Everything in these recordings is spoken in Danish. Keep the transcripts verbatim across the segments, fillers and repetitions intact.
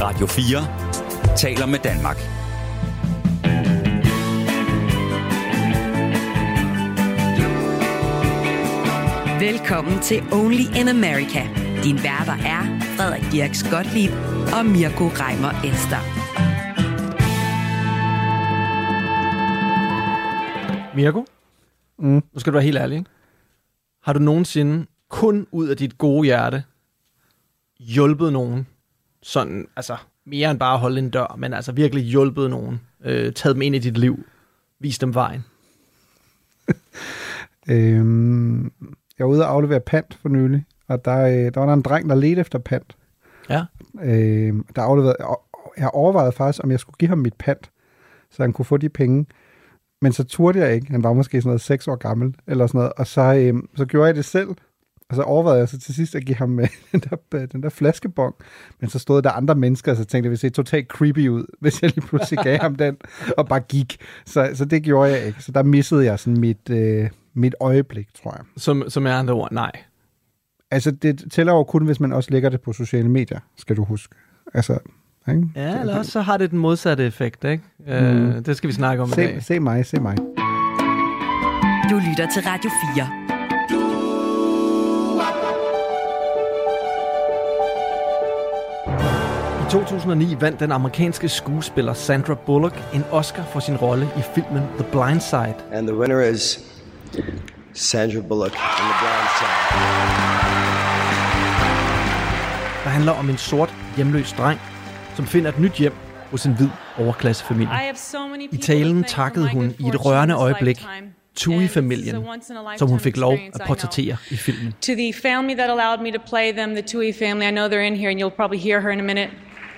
Radio fire taler med Danmark. Velkommen til Only in America. Din værter er Frederik Dirks Gottlieb og Mirko Reimer Ester. Mirko, mm. nu skal du være helt ærlig, ikke? Har du nogensinde kun ud af dit gode hjerte hjulpet nogen, sådan, altså mere end bare at holde en dør, men altså virkelig hjulpet nogen, øh, taget dem ind i dit liv, vist dem vejen? øhm, jeg var ude og aflevere pant for nylig, og der, øh, der var der en dreng, der ledte efter pant. Ja. Øhm, der afleverede, jeg overvejede faktisk, om jeg skulle give ham mit pant, så han kunne få de penge. Men så turde jeg ikke. Han var måske sådan noget seks år gammel, eller sådan noget. Og så, øhm, så gjorde jeg det selv. Og så overvejede jeg så til sidst at give ham øh, den, der, den der flaskebong. Men så stod der andre mennesker, og så tænkte jeg, det ville se totalt creepy ud, hvis jeg lige pludselig gav ham den, og bare gik. Så, så det gjorde jeg ikke. Så der missede jeg sådan mit, øh, mit øjeblik, tror jeg. Som, som er andre ord, nej. Altså, det tæller jo kun, hvis man også lægger det på sociale medier, skal du huske. Altså... Ikke? Ja, eller også så har det den modsatte effekt, ikke? Mm. Øh, det skal vi snakke om se, i dag. Se mig, se mig. Du lytter til Radio fire. I to tusind og ni vandt den amerikanske skuespiller Sandra Bullock en Oscar for sin rolle i filmen The Blind Side. And the winner is Sandra Bullock in The Blind Side. Der handler om en sort hjemløs dreng, som finder et nyt hjem hos en hvid overklassefamilie. I talen takkede hun i et rørende øjeblik Tui-familien, som hun fik lov at portrættere i filmen. To the family that allowed me to play them, the Tui family, I know they're in here and you'll probably hear her in a minute.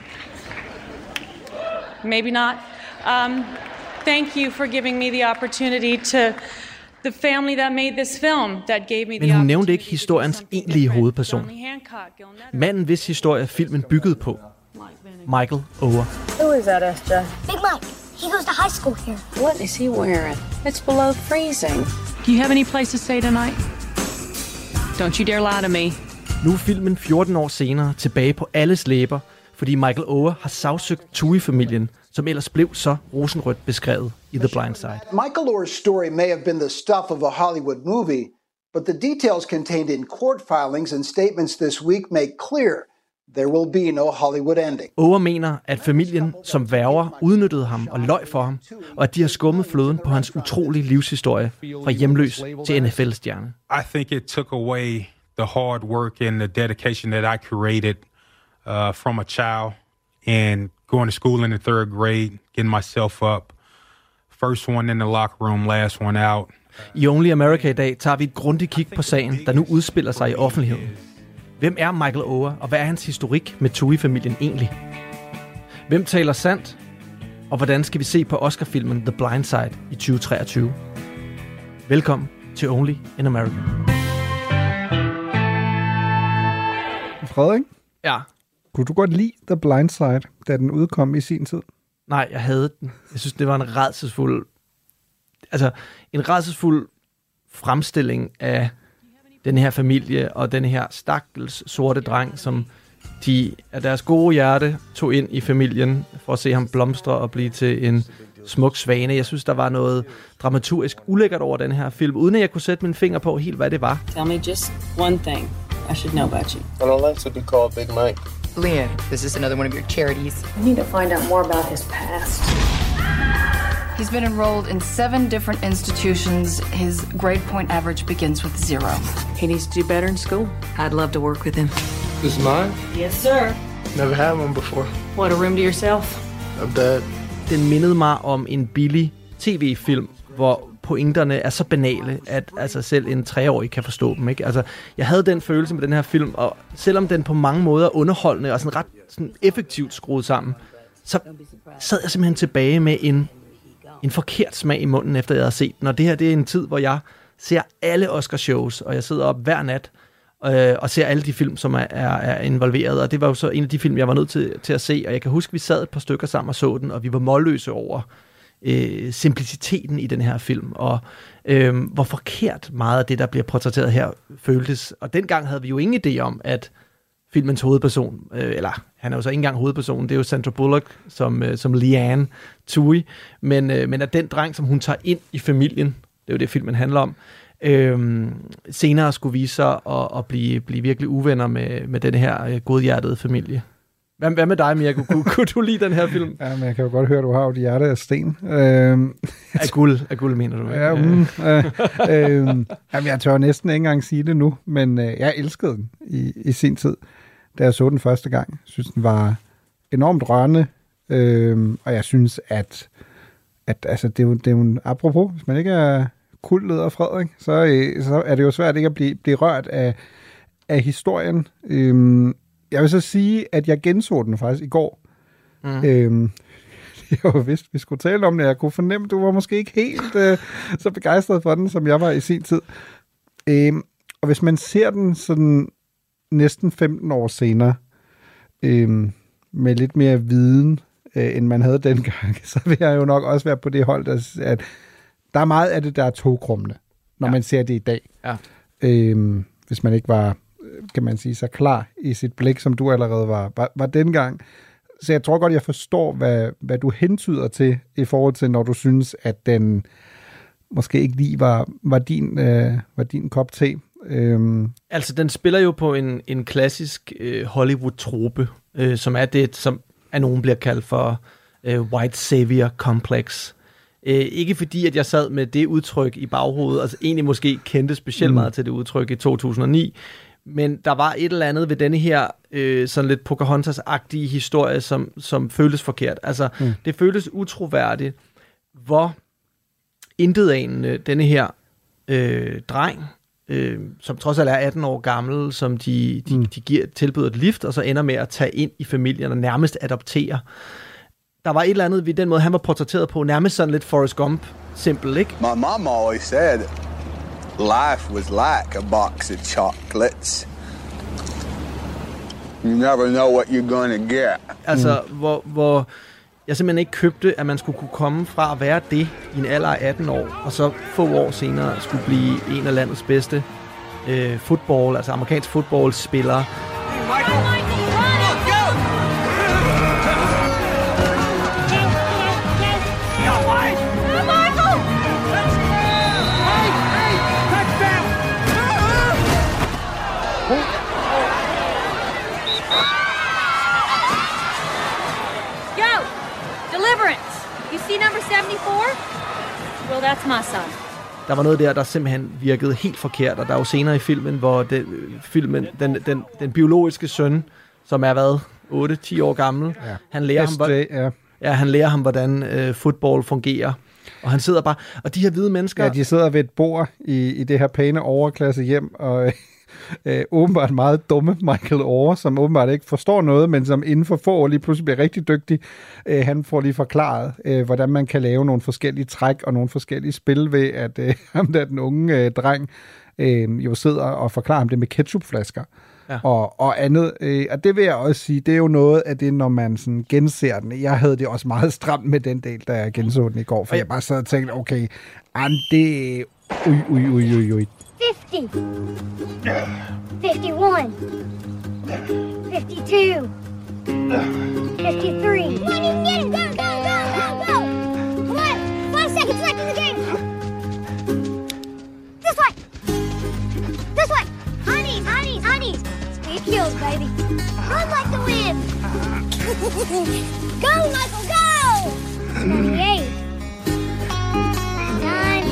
Maybe not. Um, thank you for giving me the opportunity to the family that made this film that gave me the. Men hun nævnte ikke historiens egentlige hovedperson. Manden, hvis historie filmen byggede på. Michael Oher. Who is that, Esther? Big Mike. He goes to high school here. What is he wearing? It's below freezing. Do you have any place to stay tonight? Don't you dare lie to me. Nu er filmen fjorten år senere tilbage på alles læber, fordi Michael Oher har sagsøgt Tui-familien, som ellers blev så rosenrødt beskrevet i The Blind Side. Michael Oher's story may have been the stuff of a Hollywood movie, but the details contained in court filings and statements this week make clear there will be no Hollywood ending. Oher mener, at familien som værger udnyttede ham og løj for ham, og at de har skummet fløden på hans utrolige livshistorie fra hjemløs til N F L-stjerne. I think it took away the hard work and the dedication that I created uh, from a child and going to school in the third grade, getting myself up. First one in the locker room, last one out. I Only America i dag tager vi et grundigt kig på sagen, der nu udspiller sig i offentligheden. Hvem er Michael Oher, og hvad er hans historik med Tui-familien egentlig? Hvem taler sandt? Og hvordan skal vi se på Oscar-filmen The Blind Side i tyve treogtyve? Velkommen til Only in America. Frederik? Ja? Kunne du godt lide The Blind Side, da den udkom i sin tid? Nej, jeg havde den. Jeg synes, det var en rædselsfuld... Altså, en rædselsfuld fremstilling af den her familie og den her stakkels sorte dreng, som de af deres gode hjerte tog ind i familien for at se ham blomstre og blive til en smuk svane. Jeg synes, der var noget dramaturgisk ulækkert over den her film, uden at jeg kunne sætte min finger på helt, hvad det var. Tell me just one thing I should know about you. I don't like to be called Big Mike. Leah, this is another one of your charities. I need to find out more about his past. He's been enrolled in seven different institutions. His grade point average begins with zero. He needs to do better in school. I'd love to work with him. This is mine? Yes, sir. Never had one before. What, a room to yourself? I'm dead. Den mindede mig om en billig tv-film, hvor pointerne er så banale, at altså selv en treårig kan forstå dem. Ikke? Altså, jeg havde den følelse med den her film, og selvom den på mange måder er underholdende og sådan ret sådan effektivt skruet sammen, så sad jeg simpelthen tilbage med en, en forkert smag i munden, efter jeg havde set den. Og det her, det er en tid, hvor jeg ser alle Oscar-shows, og jeg sidder op hver nat øh, og ser alle de film, som er, er, er involveret. Og det var jo så en af de film, jeg var nødt til, til at se. Og jeg kan huske, vi sad et par stykker sammen og så den, og vi var målløse over øh, simpliciteten i den her film, og øh, hvor forkert meget af det, der bliver portrætteret her, føltes. Og dengang havde vi jo ingen idé om, at filmens hovedperson, øh, eller han er jo så ikke engang hovedpersonen, det er jo Sandra Bullock som, øh, som Leanne Tui, men, øh, men at den dreng, som hun tager ind i familien, det er jo det, filmen handler om, øh, senere skulle vise sig at, at blive, blive virkelig uvenner med, med den her øh, godhjertede familie. Hvad, hvad med dig, Mirko? Kunne, kunne du lide den her film? Ja, men jeg kan jo godt høre, at du har jo de hjerte af sten. Øhm, af guld, af guld mener du? Ja, mm, øh, øh, jamen, jeg tør næsten ikke engang sige det nu, men øh, jeg elskede den i, i sin tid, da jeg så den første gang. Jeg synes, den var enormt rørende, øh, og jeg synes, at, at altså, det, er jo, det er jo en, apropos, hvis man ikke er kultleder Frederik, så, øh, så er det jo svært ikke at blive, blive rørt af, af historien. Øh, Jeg vil så sige, at jeg genså den faktisk i går. Mm. Øhm, jeg var vidst, vi skulle tale om det. Jeg kunne fornemme, at du var måske ikke helt øh, så begejstret for den, som jeg var i sin tid. Øhm, og hvis man ser den sådan næsten femten år senere, øhm, med lidt mere viden, øh, end man havde dengang, så vil jeg jo nok også være på det hold, der, at der er meget af det, der er togkrummende, når ja. man ser det i dag. Ja. Øhm, hvis man ikke var... kan man sige, så klar i sit blik, som du allerede var, var, var dengang. Så jeg tror godt, jeg forstår, hvad, hvad du hentyder til, i forhold til, når du synes, at den måske ikke lige var, var, din, øh, var din kop te. Øhm. Altså, den spiller jo på en, en klassisk øh, Hollywood-trope, øh, som er det, som af nogen bliver kaldt for øh, white savior complex. Øh, ikke fordi, at jeg sad med det udtryk i baghovedet, altså egentlig måske kendte specielt mm. meget til det udtryk i to tusind og ni, men der var et eller andet ved denne her øh, sådan lidt Pocahontas-agtige historie, som, som føltes forkert. Altså, mm. det føltes utroværdigt, hvor intetanende denne her øh, dreng, øh, som trods alt er atten år gammel, som de, de, mm. de giver, tilbyder et lift, og så ender med at tage ind i familien og nærmest adoptere. Der var et eller andet ved den måde, han var portrætteret på, nærmest sådan lidt Forrest Gump, simpel, ikke? My mom always said life was like a box of chocolates. You never know what you're gonna get. Altså, mm. hvor, hvor jeg simpelthen ikke købte, at man skulle kunne komme fra at være det i en alder af atten år, og så få år senere skulle blive en af landets bedste øh, fodbold, altså amerikansk fodboldspillere. Michael! Number seventy-four? Well, that's my son. Der var noget der, der simpelthen virkede helt forkert, og der er jo senere i filmen, hvor det, filmen, den, den, den biologiske søn, som er været otte ti år gammel, ja. han lærer ham, day, ja. Ja, han lærer ham, hvordan øh, fodbold fungerer. Og han sidder bare, og de her hvide mennesker... Ja, de sidder ved et bord i, i det her pæne overklasse hjem, og øh, åbenbart meget dumme Michael Orr, som åbenbart ikke forstår noget, men som inden for få år lige pludselig bliver rigtig dygtig. Øh, han får lige forklaret, øh, hvordan man kan lave nogle forskellige træk og nogle forskellige spil ved, at øh, ham der den unge øh, dreng øh, jo sidder og forklarer ham det med ketchupflasker. Ja. Og, og andet. Øh, og det vil jeg også sige, det er jo noget af det, når man sådan genser den. Jeg havde det også meget stramt med den del, da jeg genså den i går, for jeg bare sad og tænkte, okay, an det... Ui, ui, ui, ui, ui. fifty. fifty-one. fifty-two. fifty-three. Come on, you can get it. Go, go, go, go, go. Come on. Five seconds left in the game. This way. This way. Honeys, honeys, honeys. Speed kills, baby. Run like the wind. Go, Michael, go. twenty-eight. nine.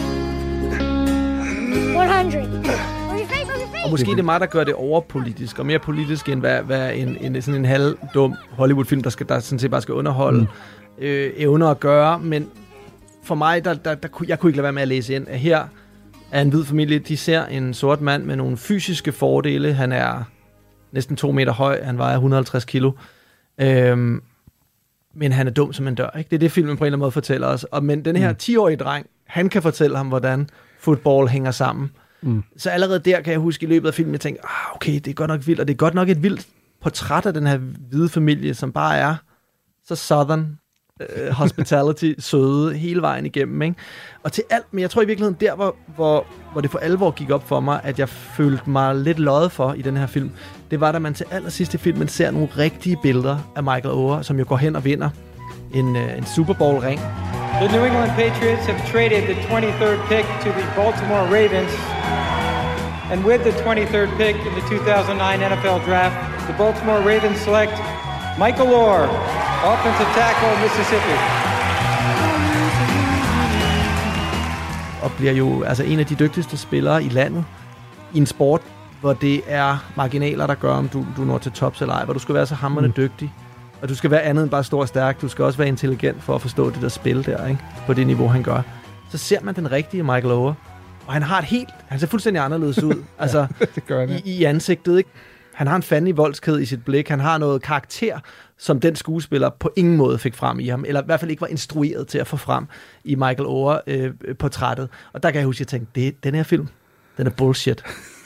one hundred. Og måske det er mig, der gør det overpolitisk, og mere politisk, end hvad, hvad en, en, sådan en halvdum Hollywood-film, der, skal, der sådan set bare skal underholde, mm. øh, evner at gøre. Men for mig, der, der, der, jeg kunne ikke lade være med at læse ind, at her er en hvid familie, de ser en sort mand med nogle fysiske fordele. Han er næsten to meter høj, han vejer et hundrede og halvtreds kilo. Øhm, men han er dum som en dør, ikke? Det er det, filmen på en eller anden måde fortæller os. Og, men den her ti-årige dreng, han kan fortælle ham, hvordan fodbold hænger sammen. Mm. Så allerede der kan jeg huske i løbet af filmen, jeg tænkte, ah, okay, det er godt nok vildt, og det er godt nok et vildt portræt af den her hvide familie, som bare er så southern, uh, hospitality, søde hele vejen igennem, ikke? Og til alt, men jeg tror i virkeligheden, der hvor, hvor, hvor det for alvor gik op for mig, at jeg følte mig lidt løjet for i den her film, det var, da man til allersidst i filmen ser nogle rigtige billeder af Michael Oher, som jo går hen og vinder en, uh, en Super Bowl-ring. The New England Patriots have traded the twenty-third pick to the Baltimore Ravens. And with the twenty-third pick in the two thousand nine N F L Draft, the Baltimore Ravens select Michael Oher, offensive tackle, Mississippi. Og bliver jo altså en af de dygtigste spillere i landet i en sport, hvor det er marginaler, der gør, om du, du når til tops eller ej, hvor du skal være så hamrende mm. dygtig. Og du skal være andet end bare stor og stærk. Du skal også være intelligent for at forstå det der spil der, ikke? På det niveau, han gør. Så ser man den rigtige Michael Oher. Og han har et helt... Han ser fuldstændig anderledes ud. Altså, ja, det gør han, ja. i, i ansigtet, ikke? Han har en fandelig voldsked i sit blik. Han har noget karakter, som den skuespiller på ingen måde fik frem i ham. Eller i hvert fald ikke var instrueret til at få frem i Michael Oher-portrættet. Øh, og der kan jeg huske, at jeg tænkte, det, den her film, den er bullshit.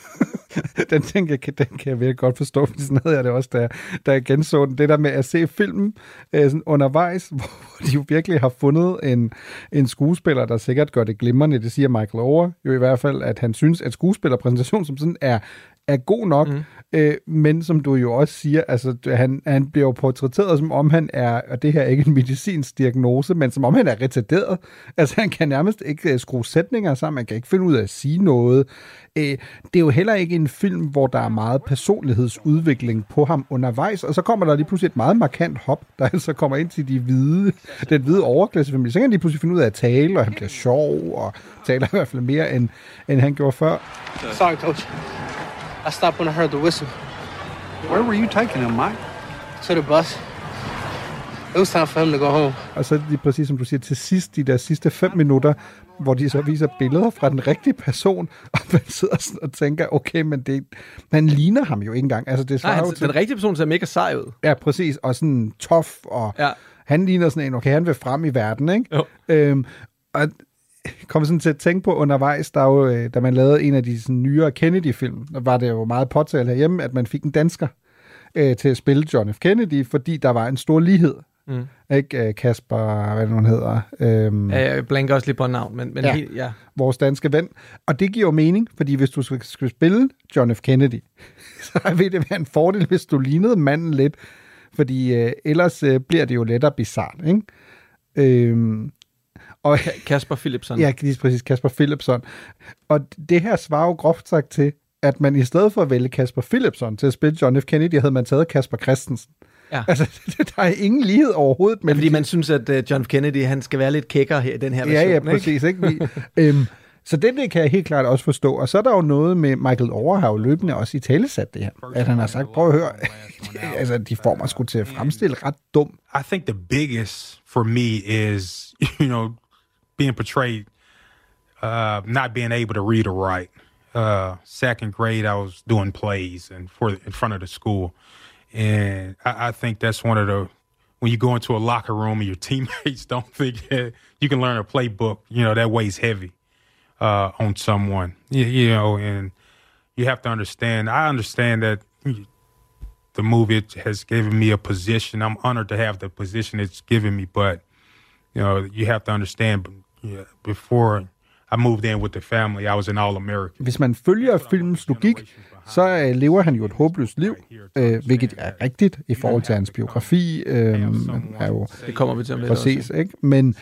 den, den, kan, den kan jeg virkelig godt forstå, fordi sådan havde jeg det også, da, da jeg genså den. Det der med at se filmen øh, sådan undervejs, hvor de jo virkelig har fundet en, en skuespiller, der sikkert gør det glimrende. Det siger Michael Oher jo i hvert fald, at han synes, at skuespillerpræsentation som sådan er, er god nok, mm. øh, men som du jo også siger, altså han, han bliver jo portrætteret, som om han er, og det her er ikke en medicinsk diagnose, men som om han er retarderet. Altså han kan nærmest ikke uh, skrue sætninger sammen, man kan ikke finde ud af at sige noget. Øh, det er jo heller ikke en film, hvor der er meget personlighedsudvikling på ham undervejs, og så kommer der lige pludselig et meget markant hop, der altså kommer ind til de hvide, den hvide overklassefamilie. Så kan han lige pludselig finde ud af at tale, og han bliver sjov, og taler i hvert fald mere, end, end han gjorde før. Sorry, coach. I stopped when I heard the whistle. Where were you taking him, Mike? To the bus. It was time for him to go home. Og så lige præcis som du siger, til sidst, de der sidste fem minutter, hvor de så viser billeder fra den rigtige person, og man sidder sådan og tænker, okay, men det, man ligner ham jo ikke engang. Altså, det Nej, han, jo til, den rigtige person ser mega sej ud. Ja, præcis, og sådan tough, og ja. Han ligner sådan en, okay, han vil frem i verden, ikke? Jo. Øhm, og kommer sådan til at tænke på undervejs, der jo, da man lavede en af de sådan, nyere Kennedy-film, der var det jo meget påtalt herhjemme, at man fik en dansker øh, til at spille John F. Kennedy, fordi der var en stor lighed. Mm. Ikke Kasper, hvad det nu hedder. Øhm, ja, jeg blanker også lige på navn, men, men ja, helt, ja. Vores danske ven. Og det giver jo mening, fordi hvis du skal, skal spille John F. Kennedy, så vil det være en fordel, hvis du lignede manden lidt, fordi øh, ellers øh, bliver det jo lettere bizart, ikke? Øhm, og Kasper Philipson. Ja, lige præcis, Kasper Philipson. Og det her svarer jo groft sagt til, at man i stedet for at vælge Kasper Philipson til at spille John F. Kennedy, havde man taget Kasper Christensen. Ja. Altså, der er ingen lighed overhovedet. Men fordi man synes, at uh, John F. Kennedy, han skal være lidt kækker her i den her version. Ja, ja, præcis. Ikke? Vi, øhm, så det, det kan jeg helt klart også forstå. Og så er der jo noget med, Michael Oher har jo løbende også i talesat det her. At han har sagt, prøv at høre, altså, de får mig sgu til at fremstille ret dum. I think the biggest for me is, you know, being portrayed, uh, not being able to read or write. Uh, second grade, I was doing plays and for in front of the school. And I, I think that's one of the, when you go into a locker room and your teammates don't think that you can learn a playbook, you know, that weighs heavy uh, on someone, you, you know, and you have to understand, I understand that the movie has given me a position. I'm honored to have the position it's given me, but, you know, you have to understand, yeah, before I moved in with the family, I was an All-American. Hvis man følger filmens logik, så øh, lever han jo et håbløst liv, øh, hvilket er rigtigt i forhold til hans biografi. Øh, er jo, det kommer vi til om lidt præcis, også. Ikke? Men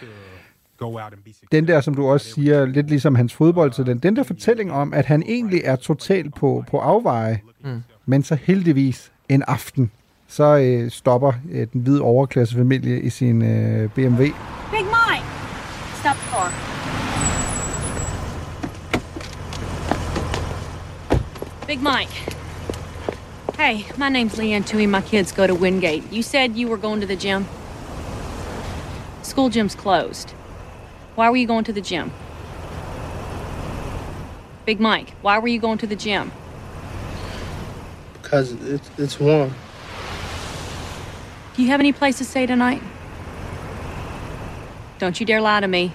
den der, som du også siger, lidt ligesom hans fodbold, så den, den der fortælling om, at han egentlig er totalt på, på afveje, mm. men så heldigvis en aften, så øh, stopper øh, den hvide overklassefamilie i sin øh, B M W. Big Mike! Stop the car. Big Mike. Hey, my name's Leanne Tui. My kids go to Wingate. You said you were going to the gym? School gym's closed. Why were you going to the gym? Big Mike, why were you going to the gym? Because it's, it's warm. Do you have any place to stay tonight? Don't you dare lie to me.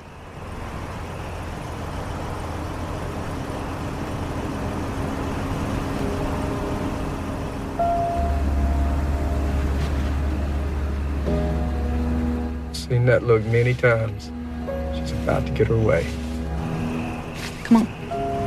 Seen that look many times. She's about to get her way. Come on.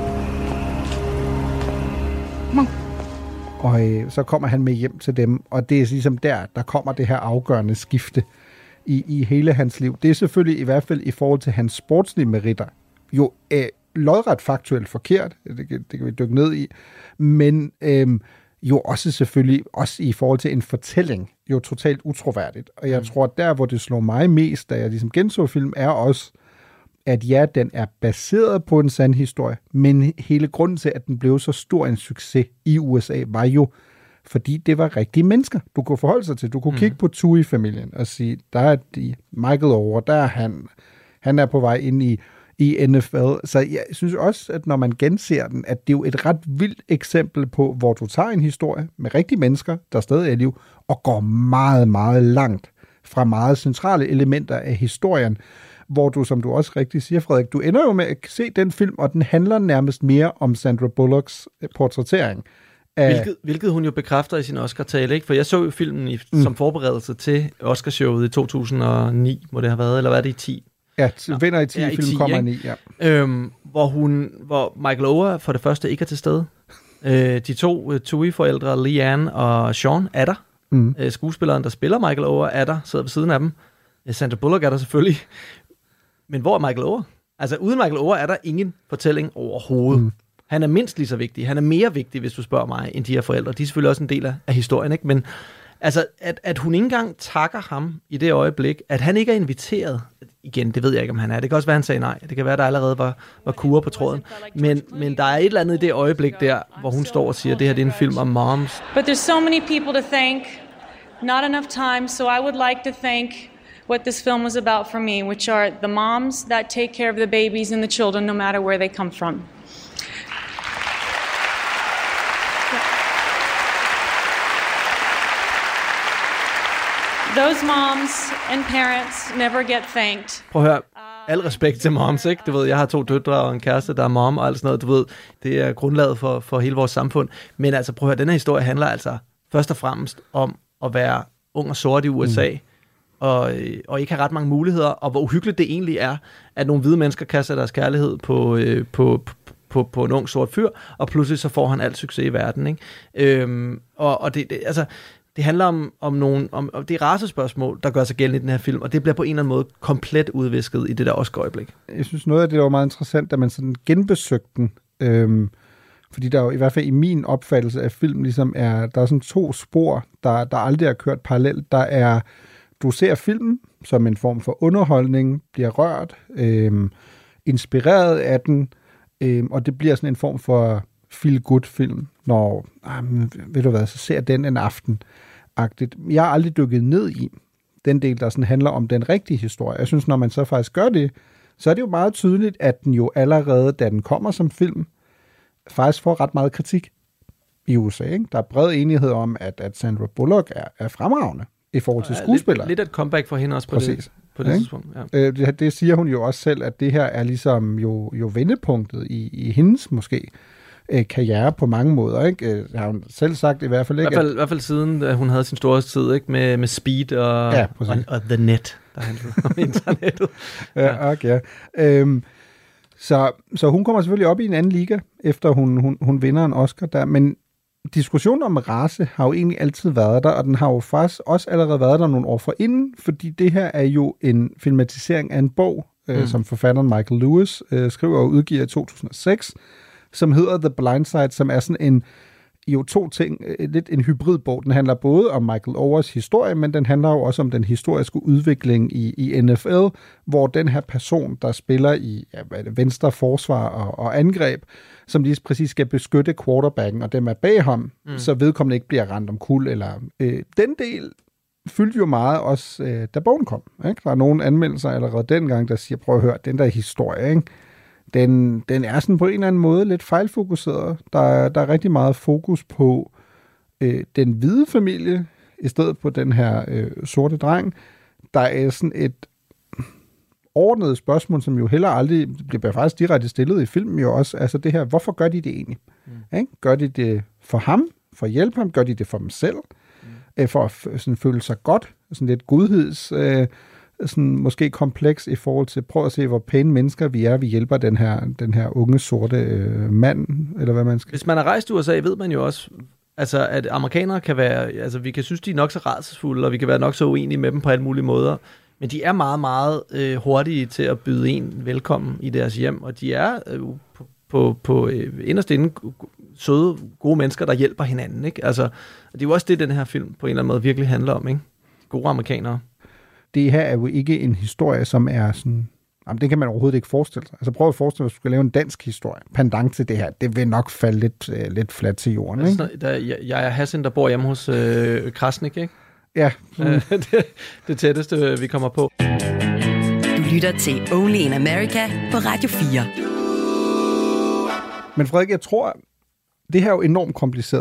Come on. Og øh, så kommer han med hjem til dem, og det er ligesom der, der kommer det her afgørende skifte i, i hele hans liv. Det er selvfølgelig i hvert fald i forhold til hans sportslige meritter jo øh, lodret faktuelt forkert, det, det kan vi dykke ned i, men øh, jo også selvfølgelig, også i forhold til en fortælling, jo totalt utroværdigt. Og jeg mm. tror, at der, hvor det slår mig mest, da jeg ligesom genså film, er også, at ja, den er baseret på en sand historie, men hele grunden til, at den blev så stor en succes i U S A, var jo, fordi det var rigtige mennesker, du kunne forholde sig til. Du kunne mm. kigge på Tui-familien og sige, der er de Michael Oher, der er han, han er på vej ind i, i N F L. Så jeg synes også, at når man genser den, at det er jo et ret vildt eksempel på, hvor du tager en historie med rigtige mennesker, der stadig er i liv, og går meget, meget langt fra meget centrale elementer af historien, hvor du, som du også rigtig siger, Frederik, du ender jo med at se den film, og den handler nærmest mere om Sandra Bullocks portrættering. Af... Hvilket, hvilket hun jo bekræfter i sin Oscar-tale, ikke? For jeg så jo filmen i, mm. som forberedelse til Oscarshowet i to tusind og ni, må det have været, eller hvad er det i ti? Ja, vinder i ti, ja, filmen kommer i ni, ja. Øhm, hvor, hun, hvor Michael Oher for det første ikke er til stede. Øh, de to uh, Tui-forældre, Leanne og Sean, er der. Mm. Øh, skuespilleren, der spiller Michael Oher, er der, sidder ved siden af dem. Sandra Bullock er der selvfølgelig. Men hvor er Michael Oher? Altså, uden Michael Oher er der ingen fortælling overhovedet. Mm. Han er mindst lige så vigtig. Han er mere vigtig, hvis du spørger mig, end de her forældre. De er selvfølgelig også en del af, af historien, ikke? Men altså, at, at hun ikke engang takker ham i det øjeblik, at han ikke er inviteret, igen, det ved jeg ikke, om han er. Det kan også være, han sagde nej. Det kan være, der allerede var, var kurer på tråden. Men, men der er et eller andet i det øjeblik der, hvor hun står og siger, at det her det er en film om moms. But there's so many people to thank. Not enough time, so I would like to thank what this film was about for me, which are the moms that take care of the babies and the children, no matter where they come from. Those moms and parents never get thanked. Prøv at høre. Al respekt til moms, ikke? Du ved, jeg har to døtre og en kæreste, der er mom og alt sådan noget. Du ved, det er grundlaget for, for hele vores samfund. Men altså, prøv at høre, den her historie handler altså først og fremmest om at være ung og sort i U S A. Mm. Og, og ikke have ret mange muligheder, og hvor uhyggeligt det egentlig er, at nogle hvide mennesker kaster deres kærlighed på, øh, på, på, på en ung sort fyr, og pludselig så får han alt succes i verden, ikke? Øhm, og og det, det, altså, det handler om, om, nogle, om, om det racespørgsmål, der gør sig gældende i den her film, og det bliver på en eller anden måde komplet udvisket i det der Oscar-øjeblik. Jeg synes, noget af det var meget interessant, da man sådan genbesøgte den, øhm, fordi der jo i hvert fald i min opfattelse af film, ligesom er, der er sådan to spor, der, der aldrig har kørt parallelt. Der er Du ser filmen som en form for underholdning, bliver rørt, øh, inspireret af den, øh, og det bliver sådan en form for feel-good-film, når, øh, ved du hvad, så ser den en aften-agtigt. Jeg har aldrig dykket ned i den del, der sådan handler om den rigtige historie. Jeg synes, når man så faktisk gør det, så er det jo meget tydeligt, at den jo allerede, da den kommer som film, faktisk får ret meget kritik i U S A. Ikke? Der er bred enighed om, at, at Sandra Bullock er, er fremragende i forhold til skuespillere. Lidt, lidt et comeback for hende også på Præcis. det, på det ja, tidspunkt. Ja. Øh, det, det siger hun jo også selv, at det her er ligesom jo, jo vendepunktet i, i hendes måske øh, karriere på mange måder. Ikke? Det har hun selv sagt i hvert fald. Ikke? I hvert fald, at, i hvert fald siden at hun havde sin store tid, ikke? Med, med Speed og, ja, og, og The Net, der handlede om internettet. ja, okay. Øhm, så, så hun kommer selvfølgelig op i en anden liga, efter hun, hun, hun vinder en Oscar der, men diskussionen om race har jo egentlig altid været der, og den har jo faktisk også allerede været der nogle år forinden, fordi det her er jo en filmatisering af en bog, mm. øh, som forfatteren Michael Lewis øh, skriver og udgiver i to tusind og seks, som hedder The Blind Side, som er sådan en, jo to ting, lidt en hybridbog. Den handler både om Michael Ohers historie, men den handler jo også om den historiske udvikling i, i N F L, hvor den her person, der spiller i ja, hvad er det, venstre forsvar og, og angreb, som lige præcis skal beskytte quarterbacken, og dem er bag ham, mm. så vedkommende ikke bliver rendt om kul. Eller, øh, den del fyldte jo meget også, øh, da bogen kom. Ikke? Der er nogle anmeldelser allerede dengang, der siger, prøv at høre, den der historie, ikke? Den, den er sådan på en eller anden måde lidt fejlfokuseret. Der er, der er rigtig meget fokus på øh, den hvide familie, i stedet på den her øh, sorte dreng. Der er sådan et overordnet spørgsmål, som jo heller aldrig bliver faktisk direkte stillet i filmen jo også. Altså det her, hvorfor gør de det egentlig? Mm. Ikke? Gør de det for ham? For at hjælpe ham? Gør de det for dem selv? Mm. Øh, for at f- sådan føle sig godt? Sådan lidt godheds... Øh, sådan, måske kompleks i forhold til, prøv at se, hvor pæne mennesker vi er, vi hjælper den her, den her unge sorte øh, mand, eller hvad man skal. Hvis man har rejst i U S A, ved man jo også, altså, at amerikanere kan være, altså vi kan synes, de er nok så rædselsfulde, og vi kan være nok så uenige med dem på alle mulige måder, men de er meget, meget øh, hurtige til at byde en velkommen i deres hjem, og de er øh, på, på, på øh, inderst inde søde, gode mennesker, der hjælper hinanden, ikke? Altså, det er jo også det, den her film på en eller anden måde virkelig handler om, ikke? Gode amerikanere. Det her er jo ikke en historie, som er sådan... Jamen, det kan man overhovedet ikke forestille sig. Altså prøv at forestille dig, hvis du skal lave en dansk historie, pendant til det her, det vil nok falde lidt, øh, lidt fladt til jorden, ikke? Altså, der, jeg, jeg er Hassan, der bor hjemme hos øh, Krasnik, ikke? Ja. Øh, det, det tætteste, vi kommer på. Du lytter til Only in America på Radio fire. Men Frederik, jeg tror, det her er jo enormt kompliceret.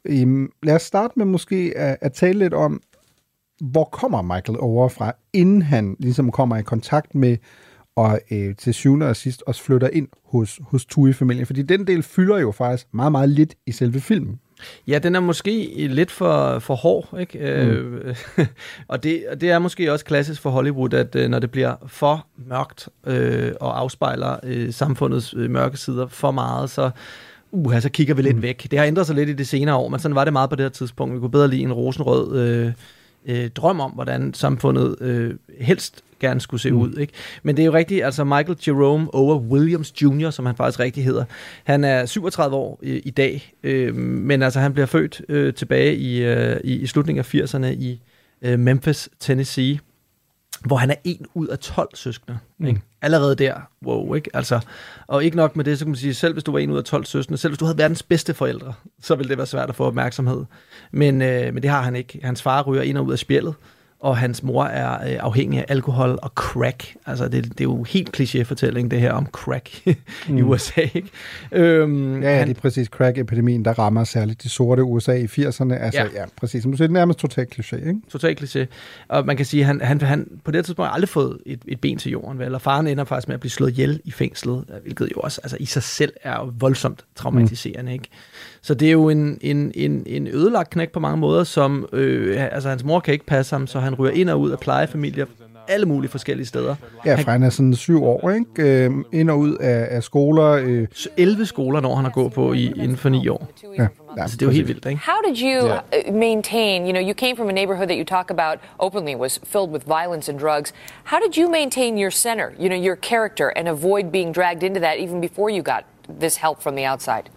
Lad os starte med måske at, at tale lidt om, hvor kommer Michael over fra, inden han ligesom kommer i kontakt med, og øh, til syvende og sidst også flytter ind hos, hos Thuy-familien. Fordi den del fylder jo faktisk meget, meget lidt i selve filmen. Ja, den er måske lidt for, for hård, ikke? Mm. Øh, og, det, og det er måske også klassisk for Hollywood, at øh, når det bliver for mørkt øh, og afspejler øh, samfundets øh, mørke sider for meget, så, uh, så kigger vi lidt mm. væk. Det har ændret sig lidt i de senere år, men sådan var det meget på det her tidspunkt. Vi kunne bedre lide en rosenrød øh, øh, drøm om, hvordan samfundet øh, helst gerne skulle se mm. ud, ikke? Men det er jo rigtigt, altså Michael Jerome Ower Williams junior, som han faktisk rigtig hedder, han er syvogtredive år i, i dag, øh, men altså han bliver født øh, tilbage i, øh, i, i slutningen af firserne i øh, Memphis, Tennessee, hvor han er en ud af tolv søskende. Mm. Ikke? Allerede der, wow, ikke? Altså, og ikke nok med det, så kan man sige, selv hvis du var en ud af tolv søskende, selv hvis du havde verdens bedste forældre, så ville det være svært at få opmærksomhed. Men, øh, men det har han ikke. Hans far ryger ind og ud af spjældet, og hans mor er øh, afhængig af alkohol og crack. Altså, det, det er jo helt klichéfortælling, det her om crack mm. i U S A, ikke? Øhm, ja, ja, han, det er præcis crack-epidemien, der rammer særligt de sorte U S A i firserne. Altså, ja, ja præcis. Som du siger, det er nærmest totalt kliché, ikke? Totalt kliché. Og man kan sige, at han, han, han på det tidspunkt har aldrig fået et, et ben til jorden, vel? Og faren ender faktisk med at blive slået ihjel i fængslet, hvilket jo også altså, i sig selv er jo voldsomt traumatiserende, mm. ikke? Så det er jo en, en, en, en ødelagt knæk på mange måder, som øh, altså hans mor kan ikke passe ham, så han ryger ind og ud af plejefamilier alle mulige forskellige steder. Ja, for han er sådan syv år, ikke? Øh, ind og ud af, af skoler. Øh. elleve skoler når han har gået på i, inden for ni år. Ja. Altså, det er jo helt vildt, ikke? How did you yeah. maintain, you know, you came from a neighborhood that you talk about openly was filled with violence and drugs. How did you maintain your center, you know, your character, and avoid being dragged into that even before you got this help from the outside?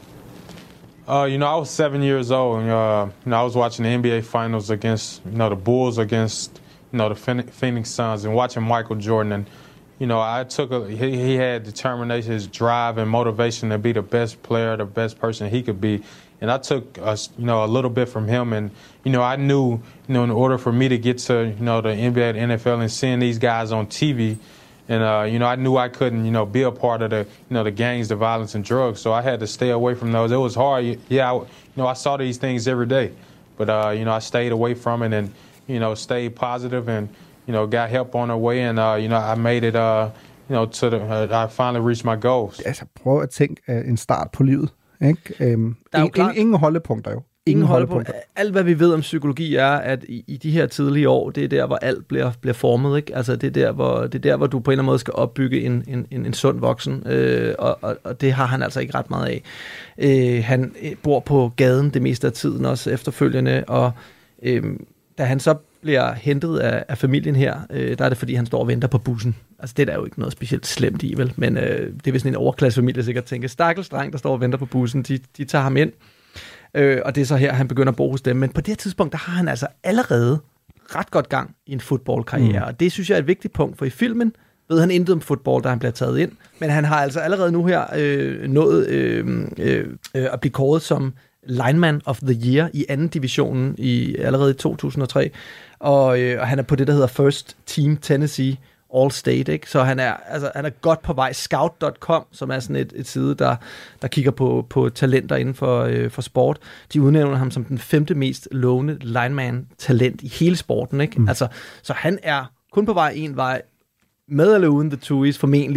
Uh, you know, I was seven years old, and uh, you know, I was watching the N B A Finals against, you know, the Bulls against, you know, the Phoenix Suns, and watching Michael Jordan. And you know, I took a he, he had determination, his drive, and motivation to be the best player, the best person he could be. And I took, a, you know, a little bit from him. And you know, I knew, you know, in order for me to get to, you know, the N B A, the N F L, and seeing these guys on T V. And, uh, you know, I knew I couldn't, you know, be a part of the, you know, the gangs, the violence and drugs. So I had to stay away from those. It was hard. Yeah, I, you know, I saw these things every day. But, uh, you know, I stayed away from it and, you know, stayed positive and, you know, got help on the way. And, uh, you know, I made it, uh, you know, to the, uh, I finally reached my goals. Altså, prøv at tænke uh, en start på livet, ikke? Um, der er jo ingen, ingen holdepunkter jo. Ingen holdepunkter. Alt, hvad vi ved om psykologi, er, at i, i de her tidlige år, det er der, hvor alt bliver, bliver formet, ikke? Altså, det er, der, hvor, det er der, hvor du på en eller anden måde skal opbygge en, en, en, en sund voksen, øh, og, og, og det har han altså ikke ret meget af. Øh, han bor på gaden det meste af tiden også efterfølgende, og øh, da han så bliver hentet af, af familien her, øh, der er det, fordi han står og venter på bussen. Altså, det er der jo ikke noget specielt slemt i, vel? Men øh, det er sådan en overklassefamilie sikkert tænker, stakkels dreng, der står og venter på bussen, de, de tager ham ind. Øh, og det er så her, han begynder at bo hos dem. Men på det her tidspunkt, der har han altså allerede ret godt gang i en fodboldkarriere. Mm. Og det synes jeg er et vigtigt punkt, for i filmen ved han intet om fodbold, da han bliver taget ind. Men han har altså allerede nu her øh, nået øh, øh, at blive kåret som lineman of the year i anden divisionen i, allerede i to tusind og tre. Og, øh, og han er på det, der hedder First Team Tennessee All-State, ikke? Så han er, altså, han er godt på vej. Scout punktum com, som er sådan et, et side, der, der kigger på, på talenter inden for, øh, for sport. De udnævner ham som den femte mest lovende lineman-talent i hele sporten, ikke? Mm. Altså, så han er kun på vej en vej, med eller uden The Thuys formentlig,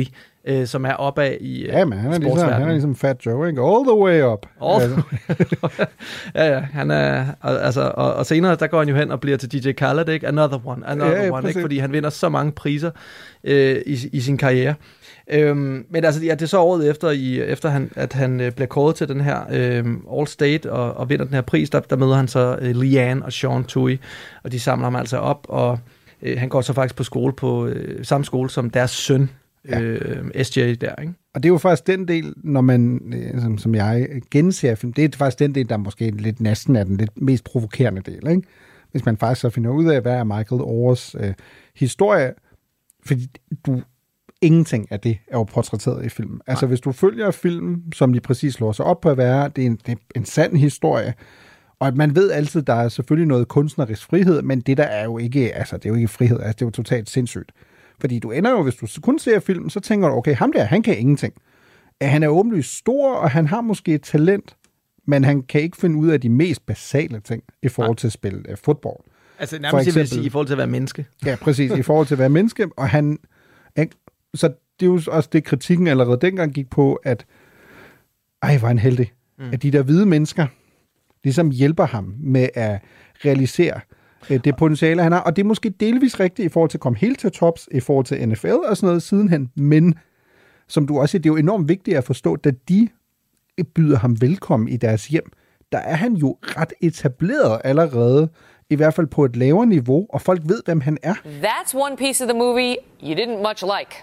øh, som er opad i Ja, men han er, ligesom, han er ligesom Fat Joe, ikke? All the way up. All the way. ja, ja, han er, altså, og, og senere, der går han jo hen og bliver til D J Khaled, ikke? Another one, another ja, ja, one, ikke? Fordi han vinder så mange priser øh, i, i sin karriere. Øhm, men altså, ja, det er så året efter, i, efter han, at han øh, bliver kåret til den her øh, All-State og, og vinder den her pris, der, der møder han så øh, Leanne og Sean Tuohy, og de samler ham altså op, og øh, han går så faktisk på skole på øh, samme skole som deres søn, ja. øh, S J der, ikke? Og det er jo faktisk den del, når man, øh, som, som jeg genser film, det er faktisk den del, der måske lidt næsten er den lidt mest provokerende del, ikke? Hvis man faktisk så finder ud af, hvad er Michael Oher's øh, historie, fordi du ingenting af det er jo portrætteret i filmen. Altså, hvis du følger filmen, som de præcis slår sig op på at være, det er en, det er en sand historie, og at man ved altid, der er selvfølgelig noget kunstnerisk frihed, men det der er jo ikke, altså, det er jo ikke frihed, altså, det er jo totalt sindssygt. Fordi du ender jo, hvis du kun ser filmen, så tænker du, okay, ham der, han kan ingenting. Han er åbenlyst stor, og han har måske et talent, men han kan ikke finde ud af de mest basale ting i forhold til at spille uh, fodbold. Altså, nærmest eksempel, vil sige, i forhold til at være menneske. Ja, præcis, i forhold til at være menneske, og han... Så det er jo også det, kritikken allerede dengang gik på, at ej, var han heldig. Mm. At de der hvide mennesker ligesom hjælper ham med at realisere det potentiale, han har. Og det er måske delvis rigtigt i forhold til at komme helt til tops, i forhold til N F L og sådan noget sidenhen. Men som du også siger, det er jo enormt vigtigt at forstå, da de byder ham velkommen i deres hjem, der er han jo ret etableret allerede, i hvert fald på et lavere niveau, og folk ved, hvem han er. That's one piece of the movie you didn't much like.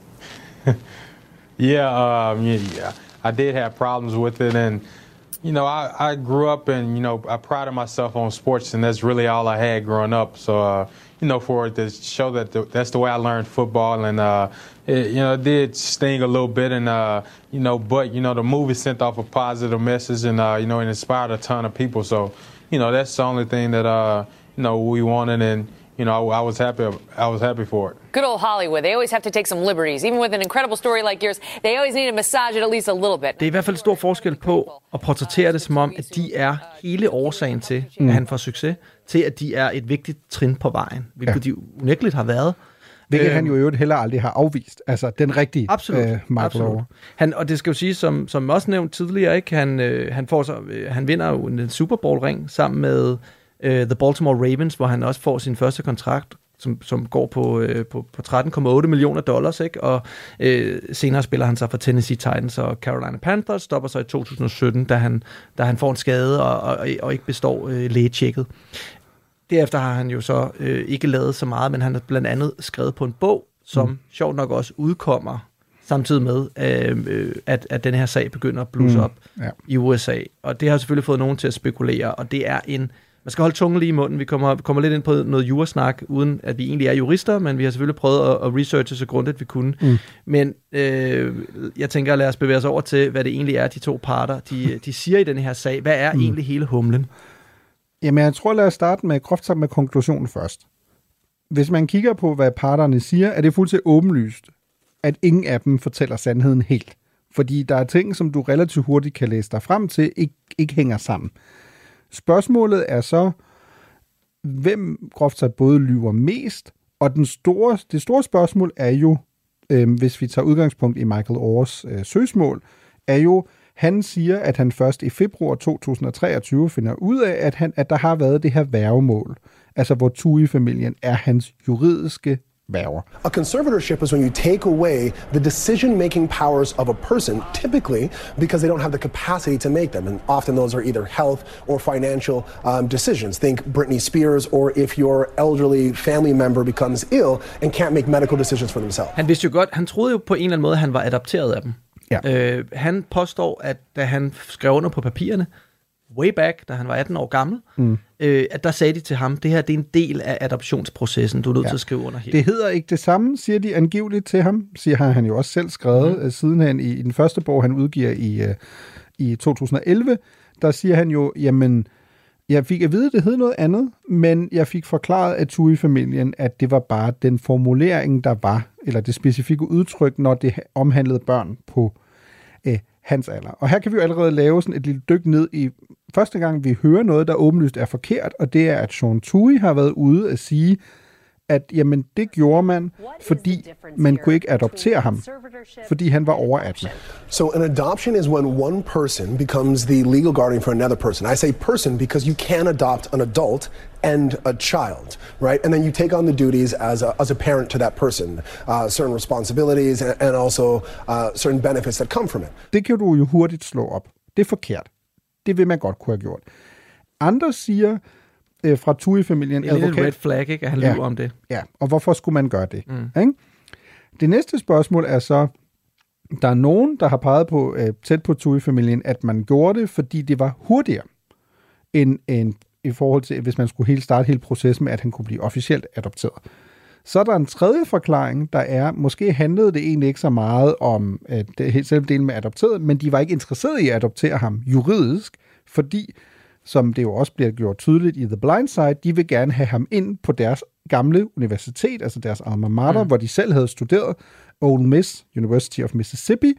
yeah, um, yeah, yeah, I did have problems with it, and you know, I, I grew up and, you know, I prided myself on sports, and that's really all I had growing up. So, uh, you know, for it to show that the, that's the way I learned football, and, uh, it, you know, it did sting a little bit, and, uh, you know, but, you know, the movie sent off a positive message, and, uh, you know, it inspired a ton of people. So, you know, that's the only thing that, uh, you know, we wanted, and, you know, I, I was happy. I was happy for it. Good old Hollywood. They always have to take some liberties. Even with an incredible story like yours, they always need to massage it at least a little bit. Det er i hvert fald stor forskel på at portrættere det som om, at de er hele årsagen til, mm. at han får succes, til at de er et vigtigt trin på vejen, hvilket ja. de unægteligt har været. Hvilket øhm, han jo i øvrigt heller aldrig har afvist. Altså, den rigtige absolut, øh, Michael Oher. Han, og det skal jo sige, som, som også nævnt tidligere, ikke? Han, øh, han, får så, øh, han vinder jo en Super Bowl-ring sammen med øh, The Baltimore Ravens, hvor han også får sin første kontrakt, som, som går på, øh, på, på tretten komma otte millioner dollars, ikke? Og øh, senere spiller han sig for Tennessee Titans og Carolina Panthers, stopper så i to tusind og sytten, da han, da han får en skade og, og, og ikke består øh, lægetjekket. Derefter har han jo så øh, ikke lavet så meget, men han har blandt andet skrevet på en bog, som mm. sjovt nok også udkommer samtidig med, øh, at, at den her sag begynder at blusse mm. op ja. i U S A. Og det har selvfølgelig fået nogen til at spekulere, og det er en... Man skal holde tungen lige i munden. Vi kommer, kommer lidt ind på noget jurasnak, uden at vi egentlig er jurister, men vi har selvfølgelig prøvet at, at researche så grundigt, vi kunne. Mm. Men øh, jeg tænker, lad os bevæge os over til, hvad det egentlig er, de to parter, de, de siger i den her sag. Hvad er mm. egentlig hele humlen? Jamen, jeg tror, lad os starte med groft sagt med konklusionen først. Hvis man kigger på, hvad parterne siger, er det fuldstændig åbenlyst, at ingen af dem fortæller sandheden helt. Fordi der er ting, som du relativt hurtigt kan læse dig frem til, ikke, ikke hænger sammen. Spørgsmålet er så, hvem groft sagt både lyver mest, og den store, det store spørgsmål er jo, øh, hvis vi tager udgangspunkt i Michael Ohers øh, søgsmål, er jo, han siger, at han først i februar to tusind og treogtyve finder ud af, at, han, at der har været det her værgemål, altså hvor Tuohy-familien er hans juridiske værger. A conservatorship is when you take away the decision-making powers of a person, typically because they don't have the capacity to make them, and often those are either health or financial um, decisions. Think Britney Spears, or if your elderly family member becomes ill and can't make medical decisions for themselves. Han vidste jo godt, han troede jo på en eller anden måde, at han var adopteret af dem. Ja. Øh, han påstår, at da han skrev under på papirerne, way back, da han var atten år gammel, mm. øh, at der sagde de til ham, det her det er en del af adoptionsprocessen, du er nødt ja. til at skrive under her. Det hedder ikke det samme, siger de angiveligt til ham, siger han, han jo også selv skrevet mm. sidenhen i, i den første bog, han udgiver i, uh, i to tusind og elleve, der siger han jo, jamen, jeg fik at vide, det hed noget andet, men jeg fik forklaret af Tuohy-familien, at det var bare den formulering, der var, eller det specifikke udtryk, når det omhandlede børn på øh, hans alder. Og her kan vi jo allerede lave sådan et lille dyk ned i første gang, vi hører noget, der åbenlyst er forkert, og det er, at Sean Tuohy har været ude at sige, at jamen, det gjorde man, fordi man kunne ikke adoptere ham, fordi han var over atten. So an adoption is when one person becomes the legal guardian for another person. I say person because you can adopt an adult and a child, right? And then you take on the duties as a, as a parent to that person, uh, certain responsibilities and, and also uh, certain benefits that come from it. Det kan du jo hurtigt slå op. Det er forkert. Det vil man godt kunne have gjort. Andre siger øh, fra Thuy-familien... Det er lidt red flag, ikke? At han ja, lyver om det. Ja, og hvorfor skulle man gøre det? Mm. Ikke? Det næste spørgsmål er så, der er nogen, der har peget på, øh, tæt på Thuy-familien, at man gjorde det, fordi det var hurtigere end, end i forhold til, hvis man skulle helt starte hele processen med, at han kunne blive officielt adopteret. Så er der en tredje forklaring, der er, måske handlede det egentlig ikke så meget om at det, selve delen med adopteret, men de var ikke interesseret i at adoptere ham juridisk, fordi, som det jo også bliver gjort tydeligt i The Blind Side, de vil gerne have ham ind på deres gamle universitet, altså deres alma mater, mm. hvor de selv havde studeret, Ole Miss, University of Mississippi,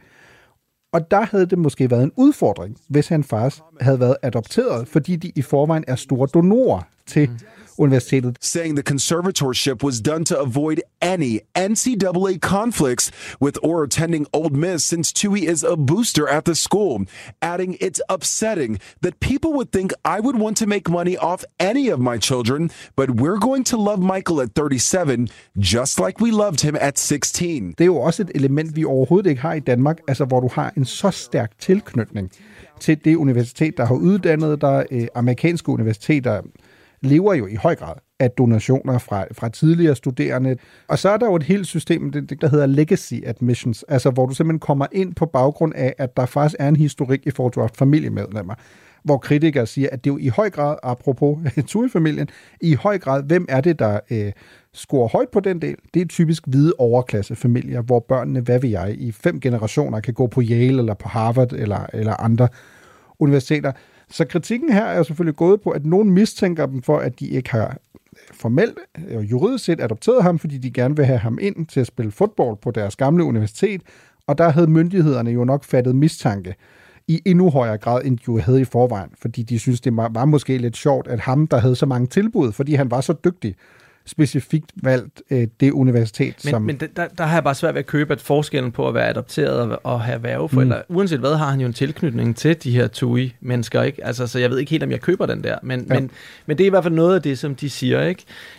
og der havde det måske været en udfordring, hvis han faktisk havde været adopteret, fordi de i forvejen er store donorer til universitetet. Saying the conservatorship was done to avoid any N C double A conflicts with Orr attending Ole Miss since Thuy is a booster at the school, adding it's upsetting that people would think I would want to make money off any of my children, but we're going to love Michael at thirty-seven, just like we loved him at sixteen. Det er jo også et element, vi overhovedet ikke har i Danmark, altså hvor du har en så stærk tilknytning til det universitet, der har uddannet dig. Øh, amerikanske universiteter lever jo i høj grad af donationer fra, fra tidligere studerende. Og så er der jo et helt system, det, der hedder legacy admissions, altså hvor du simpelthen kommer ind på baggrund af, at der faktisk er en historik i forhold til familiemedlemmer, hvor kritikere siger, at det er jo i høj grad, apropos Thuy-familien, i høj grad, hvem er det, der øh, scorer højt på den del? Det er typisk hvide overklassefamilier, hvor børnene, hvad ved jeg, i fem generationer kan gå på Yale eller på Harvard eller, eller andre universiteter. Så kritikken her er selvfølgelig gået på, at nogen mistænker dem for, at de ikke har formelt og juridisk set adopteret ham, fordi de gerne vil have ham ind til at spille fodbold på deres gamle universitet, og der havde myndighederne jo nok fattet mistanke i endnu højere grad, end de jo havde i forvejen, fordi de synes det var, var måske lidt sjovt, at ham, der havde så mange tilbud, fordi han var så dygtig, specifikt valgt øh, det universitet. Men, som... men der, der har jeg bare svært ved at købe, at forskellen på at være adopteret og have værgeforældre, mm. uanset hvad, har han jo en tilknytning til de her Thuy-mennesker, ikke? Altså, så jeg ved ikke helt, om jeg køber den der, men, ja. men, men det er i hvert fald noget af det, som de siger, ikke?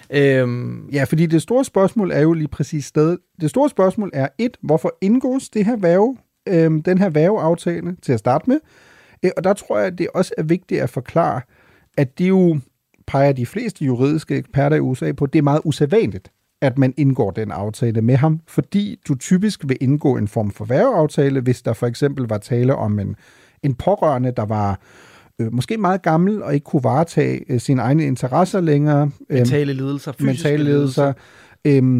Øhm... Ja, fordi det store spørgsmål er jo lige præcis stedet. Det store spørgsmål er, et, hvorfor indgås det her værge, øhm, den her værgeaftale til at starte med? Øh, og der tror jeg, at det også er vigtigt at forklare, at det jo peger de fleste juridiske eksperter i U S A på, at det er meget usædvanligt, at man indgår den aftale med ham, fordi du typisk vil indgå en form for værgeaftale, hvis der for eksempel var tale om en, en pårørende, der var øh, måske meget gammel og ikke kunne varetage øh, sine egne interesser længere. Øh, mentale lidelser, fysiske mentale lidelser. Øh,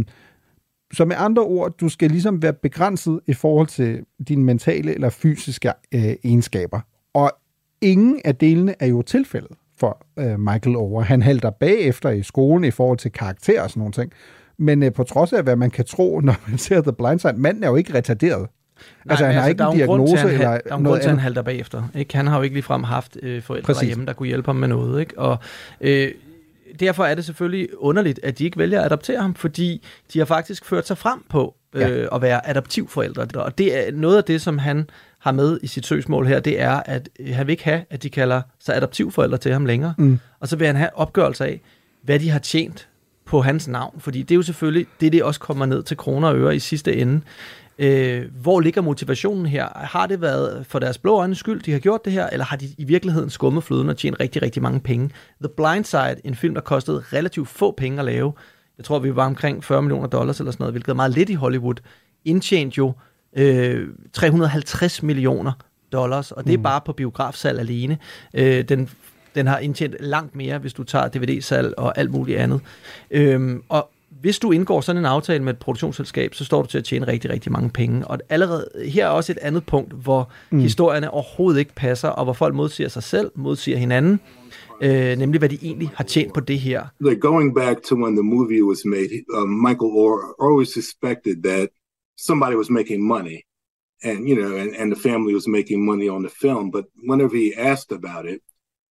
så med andre ord, du skal ligesom være begrænset i forhold til dine mentale eller fysiske øh, egenskaber. Og ingen af delene er jo tilfældet for øh, Michael Orr. Han halter bagefter i skolen i forhold til karakter og sådan nogle ting. Men øh, på trods af, hvad man kan tro, når man ser The Blind Side, manden er jo ikke retarderet. Nej, altså, han har ikke en diagnose han, eller der er noget grund til, andet. Han halter bagefter. Ikke? Han har jo ikke ligefrem haft øh, forældre derhjemme, der kunne hjælpe ham med noget. Ikke? Og øh, derfor er det selvfølgelig underligt, at de ikke vælger at adoptere ham, fordi de har faktisk ført sig frem på øh, ja. at være adoptivforældre. Og det er noget af det, som han har med i sit søgsmål her, det er, at han vil ikke have, at de kalder sig adoptivforældre til ham længere. Mm. Og så vil han have opgørelse af, hvad de har tjent på hans navn. Fordi det er jo selvfølgelig det, det også kommer ned til kroner og øre i sidste ende. Øh, hvor ligger motivationen her? Har det været for deres blå øjnes skyld, de har gjort det her, eller har de i virkeligheden skummet fløden og tjent rigtig, rigtig mange penge? The Blind Side, en film, der kostede relativt få penge at lave. Jeg tror, vi var omkring fyrre millioner dollars eller sådan noget, hvilket er meget lidt i Hollywood. Indtjent jo øh, tre hundrede og halvtreds millioner dollars, og det er mm. bare på biografsalg alene. Øh, den, den har indtjent langt mere, hvis du tager D V D-salg og alt muligt andet. Øh, og hvis du indgår sådan en aftale med et produktionsselskab, så står du til at tjene rigtig, rigtig mange penge. Og allerede her er også et andet punkt, hvor mm. historierne overhovedet ikke passer, og hvor folk modsiger sig selv, modsiger hinanden, øh, nemlig hvad de egentlig har tjent på det her. Like going back to when the movie was made, uh, Michael Orr always suspected that somebody was making money, and you know, and, and the family was making money on the film. But whenever he asked about it,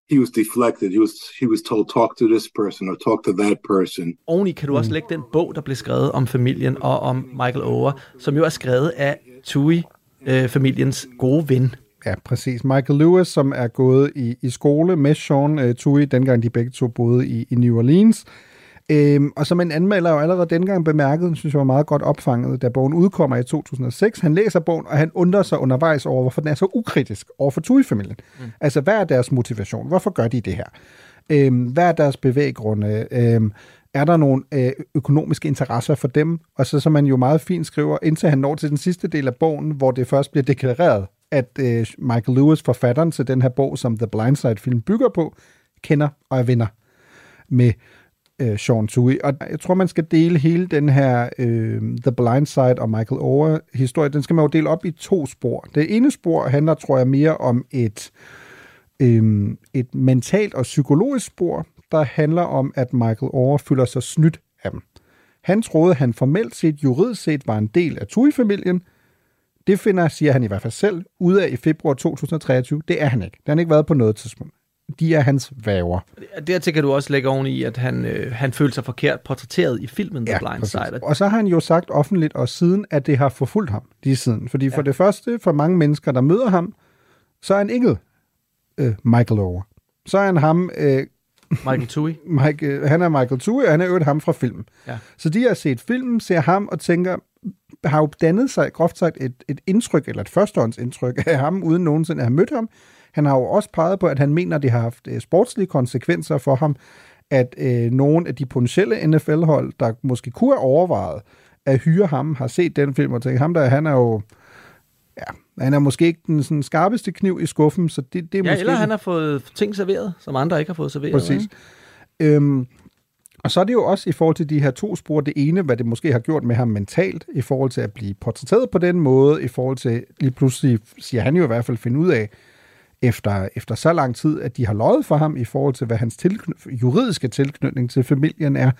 he was deflected. He was he was told, talk to this person or talk to that person. Oveni kan du også lægge den bog, der blev skrevet om familien og om Michael Oher, som jo er skrevet af Tui, øh, familiens gode ven. Ja, præcis. Michael Lewis, som er gået i, i skole med Sean uh, Tui, dengang de begge to boede i, i New Orleans. Øhm, og som en anmelder jo allerede dengang bemærkede, synes jeg var meget godt opfanget, da bogen udkommer i to tusind og seks. Han læser bogen, og han undrer sig undervejs over, hvorfor den er så ukritisk over for Tui-familien. Mm. Altså, hvad er deres motivation? Hvorfor gør de det her? Øhm, hvad er deres bevæggrunde? Øhm, er der nogle øh, økonomiske interesser for dem? Og så som man jo meget fint skriver, indtil han når til den sidste del af bogen, hvor det først bliver deklareret, at øh, Michael Lewis, forfatteren til den her bog, som The Blind Side-film bygger på, kender og er venner med øh, Sean Tui. Og jeg tror, man skal dele hele den her øh, The Blind Side og Michael Oher-historie. Den skal man jo dele op i to spor. Det ene spor handler, tror jeg, mere om et, øh, et mentalt og psykologisk spor, der handler om, at Michael Oher føler sig snydt af dem. Han troede, han formelt set, juridisk set, var en del af Tui-familien. Det finder, siger han i hvert fald selv, ud af i februar to tusind og treogtyve. Det er han ikke. Det har han ikke været på noget tidspunkt. De er hans værger. Dertil kan du også lægge oven i, at han, øh, han følte sig forkert portrætteret i filmen The ja, Blind præcis. Side. Og så har han jo sagt offentligt og siden, at det har forfulgt ham lige siden. Fordi ja. for det første, for mange mennesker, der møder ham, så er han ikke øh, Michael Oher. Så er han ham... Øh, Michael Tui. Mike, han er Michael Tui, og han er øvrigt ham fra filmen. Ja. Så de har set filmen, ser ham og tænker, har jo dannet sig, groft sagt, et, et indtryk, eller et førstehåndsindtryk af ham, uden nogensinde at have mødt ham. Han har jo også peget på, at han mener, at det har haft øh, sportslige konsekvenser for ham, at øh, nogle af de potentielle N F L-hold, der måske kunne have overvejet at hyre ham, har set den film og tænkt, ham der, han er jo, ja, han er måske ikke den sådan, skarpeste kniv i skuffen, så det, det er ja, måske... eller han har fået ting serveret, som andre ikke har fået serveret. Præcis. Øhm, og så er det jo også i forhold til de her to spor, det ene, hvad det måske har gjort med ham mentalt, i forhold til at blive portrætteret på den måde, i forhold til, lige pludselig siger han jo i hvert fald finde ud af, efter, efter så lang tid, at de har løjet for ham, i forhold til, hvad hans tilkny- juridiske tilknytning til familien er,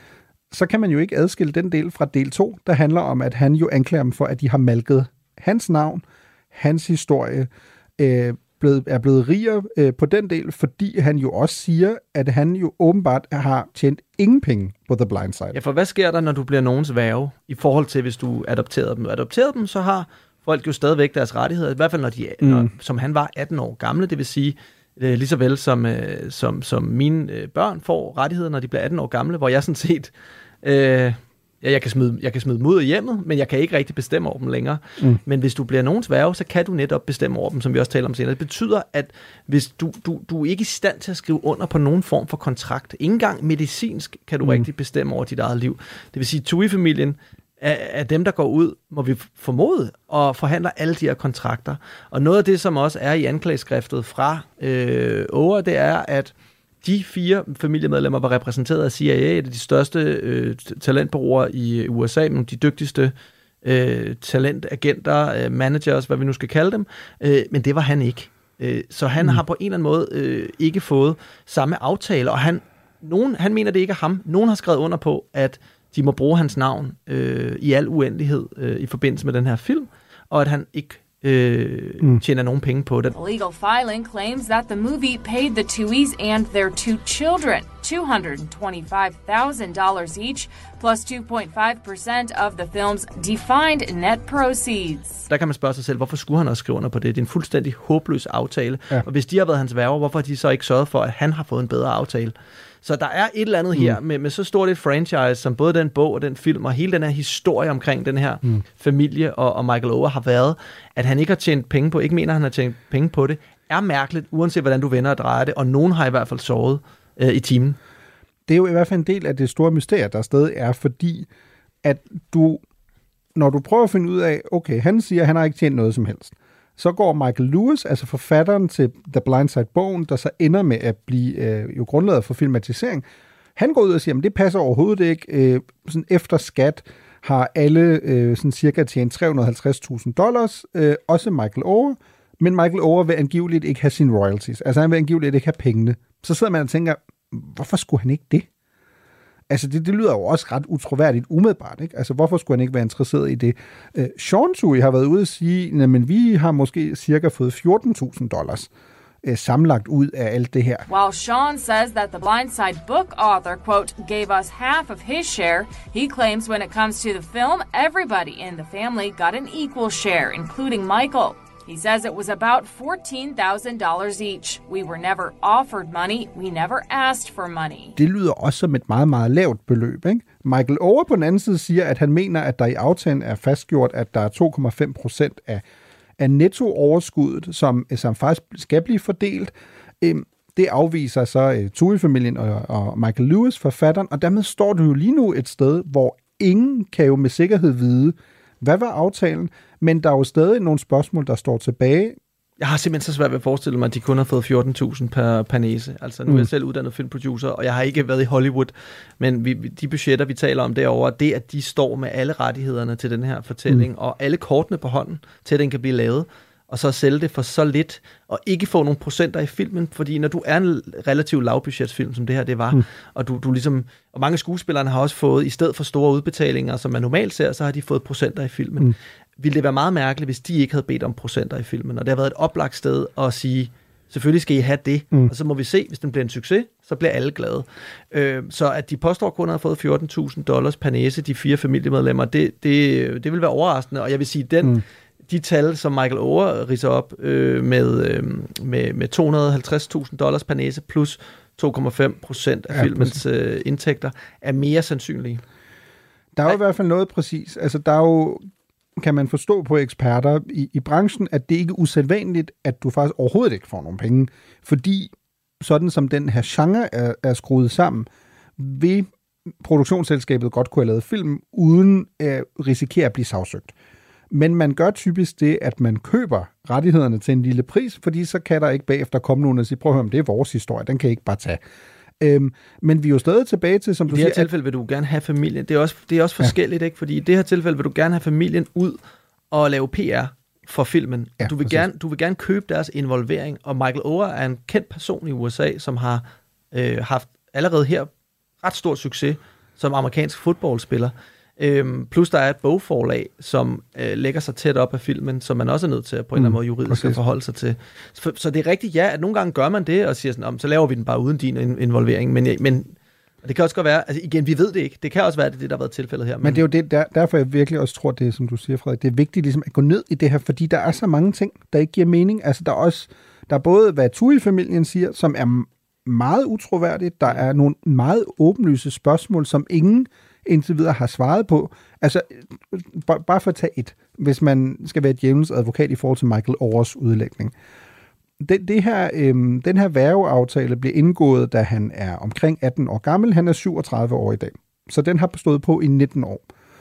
så kan man jo ikke adskille den del fra del to, der handler om, at han jo anklager dem for, at de har malket hans navn, hans historie, øh, blevet, er blevet rigere øh, på den del, fordi han jo også siger, at han jo åbenbart har tjent ingen penge på The Blind Side. Ja, for hvad sker der, når du bliver nogens værge, i forhold til, hvis du adopterer dem? Adopterer dem, så har folk jo stadigvæk deres rettigheder, i hvert fald når de, mm. når, som han var atten år gamle, det vil sige, øh, lige så vel som, øh, som, som mine øh, børn får rettigheder, når de bliver atten år gamle, hvor jeg sådan set... Øh, Ja, jeg kan smide, jeg kan smide dem ud af hjemmet, men jeg kan ikke rigtig bestemme over dem længere. Mm. Men hvis du bliver nogens værge, så kan du netop bestemme over dem, som vi også taler om senere. Det betyder, at hvis du, du, du er ikke i stand til at skrive under på nogen form for kontrakt, ikke engang medicinsk kan du mm. rigtig bestemme over dit eget liv. Det vil sige, at Tui-familien er, er dem, der går ud, må vi formode, og forhandler alle de her kontrakter. Og noget af det, som også er i anklageskriftet fra øh, Oher, det er, at de fire familiemedlemmer var repræsenteret af C I A, et af de største øh, talentbureauer i U S A, nogle af de dygtigste øh, talentagenter, øh, managers, hvad vi nu skal kalde dem, øh, men det var han ikke. Øh, så han mm. har på en eller anden måde øh, ikke fået samme aftale, og han, nogen, han mener, det ikke er ham. Nogen har skrevet under på, at de må bruge hans navn øh, i al uendelighed øh, i forbindelse med den her film, og at han ikke Øh, mm. tjener nogen penge på det. Legal filing claims that the movie paid the Tuis and their two children two hundred twenty-five thousand dollars each, plus two point five percent of the film's defined net proceeds. Der kan man spørge sig selv, hvorfor skulle han også skrive under på det? Det er en fuldstændig håbløs aftale. Ja. Og hvis de har været hans værger, hvorfor har de så ikke sørget for, at han har fået en bedre aftale? Så der er et eller andet mm. her, med, med så stort et franchise, som både den bog og den film, og hele den her historie omkring den her mm. familie og, og Michael Oher har været, at han ikke har tjent penge på, ikke mener, at han har tjent penge på det, er mærkeligt, uanset hvordan du vender og drejer det, og nogen har i hvert fald sovet øh, i timen. Det er jo i hvert fald en del af det store mysterie, der stadig er, fordi at du, når du prøver at finde ud af, okay, han siger, at han har ikke tjent noget som helst, så går Michael Lewis, altså forfatteren til The Blind Side-bogen, der så ender med at blive øh, jo grundlaget for filmatisering, han går ud og siger, at det passer overhovedet ikke. Øh, sådan efter skat har alle øh, sådan cirka tjent tre hundrede og halvtreds tusind dollars, øh, også Michael Oher, men Michael Oher vil angiveligt ikke have sine royalties. Altså han vil angiveligt ikke have pengene. Så sidder man og tænker, hvorfor skulle han ikke det? Altså, det, det lyder jo også ret utroværdigt umiddelbart, ikke? Altså, hvorfor skulle han ikke være interesseret i det? Uh, Sean Tui har været ude at sige, men vi har måske cirka fået fjorten tusind dollars øh, sammenlagt ud af alt det her. While Sean says that the Blindside book author, quote, gave us half of his share, he claims when it comes to the film, everybody in the family got an equal share, including Michael. He says it was about fourteen thousand dollars each. We were never offered money. We never asked for money. Det lyder også som et meget, meget lavt beløb, ikke? Michael Oher på den anden side siger, at han mener, at der i aftalen er fastgjort, at der er to komma fem procent af, af nettooverskuddet, som, som faktisk skal blive fordelt. Det afviser så uh, Tuohy-familien og, og Michael Lewis, forfatteren, og dermed står du jo lige nu et sted, hvor ingen kan jo med sikkerhed vide, hvad var aftalen, men der er jo stadig nogle spørgsmål, der står tilbage. Jeg har simpelthen så svært ved at forestille mig, at de kun har fået fjorten tusind per, per næse. Altså, nu er jeg selv uddannet filmproducer, og jeg har ikke været i Hollywood, men vi, de budgetter, vi taler om derovre, det at de står med alle rettighederne til den her fortælling, mm. og alle kortene på hånden, til at den kan blive lavet, og så sælge det for så lidt, og ikke få nogle procenter i filmen, fordi når du er en relativt lavbudgetsfilm, som det her det var, mm. og du, du ligesom, og mange skuespillere har også fået, i stedet for store udbetalinger, som man normalt ser, så har de fået procenter i filmen. Mm. Ville det være meget mærkeligt, hvis de ikke havde bedt om procenter i filmen, og det har været et oplagt sted at sige, selvfølgelig skal I have det, mm. og så må vi se, hvis den bliver en succes, så bliver alle glade. Øh, så at de påstår kun har fået fjorten tusind dollars per næse, de fire familiemedlemmer, det, det, det vil være overraskende, og jeg vil sige, den mm. de tal, som Michael Oher ridser op øh, med, øh, med, med to hundrede og halvtreds tusind dollars per næse plus to komma fem procent af ja, filmens øh, indtægter, er mere sandsynlige. Der er jo i hvert fald noget præcis. Altså, der er jo, kan man forstå på eksperter i, i branchen, at det ikke er usædvanligt, at du faktisk overhovedet ikke får nogen penge. Fordi sådan som den her genre er, er skruet sammen, vil produktionsselskabet godt kunne have lavet film, uden at risikere at blive sagsøgt. Men man gør typisk det, at man køber rettighederne til en lille pris, fordi så kan der ikke bagefter komme nogen og sige, prøv at høre, om det er vores historie, den kan I ikke bare tage. Øhm, men vi er jo stadig tilbage til, som I du siger... I det her her tilfælde vil du gerne have familien. Det er også, det er også forskelligt, ja. Ikke? Fordi i det her tilfælde vil du gerne have familien ud og lave P R for filmen. Ja, du, vil gerne, du vil gerne købe deres involvering, og Michael Oher er en kendt person i U S A, som har øh, haft allerede her ret stor succes som amerikansk fodboldspiller. Øhm, plus der er et bogforlag, som øh, lægger sig tæt op af filmen, som man også er nødt til at på en eller anden måde juridisk at forholde sig til. Så, så det er rigtigt, ja, at nogle gange gør man det, og siger sådan, om, så laver vi den bare uden din involvering, men, men det kan også godt være, altså igen, vi ved det ikke, det kan også være, det, det der har været tilfældet her. Men, men det er jo det, der, derfor jeg virkelig også tror, det som du siger, Frederik, det er vigtigt ligesom at gå ned i det her, fordi der er så mange ting, der ikke giver mening. Altså der er også, der er både, hvad Tuohy-familien siger, som er meget utroværdigt, der er nogle meget åbenlyse spørgsmål, som ingen indtil videre har svaret på. Altså, bare for at tage et, hvis man skal være et djævelens advokat i forhold til Michael Ohers udlægning. Det, det her, øhm, den her værgeaftale bliver indgået, da han er omkring atten år gammel. Han er syvogtredive år i dag. Så den har stået på i nitten år.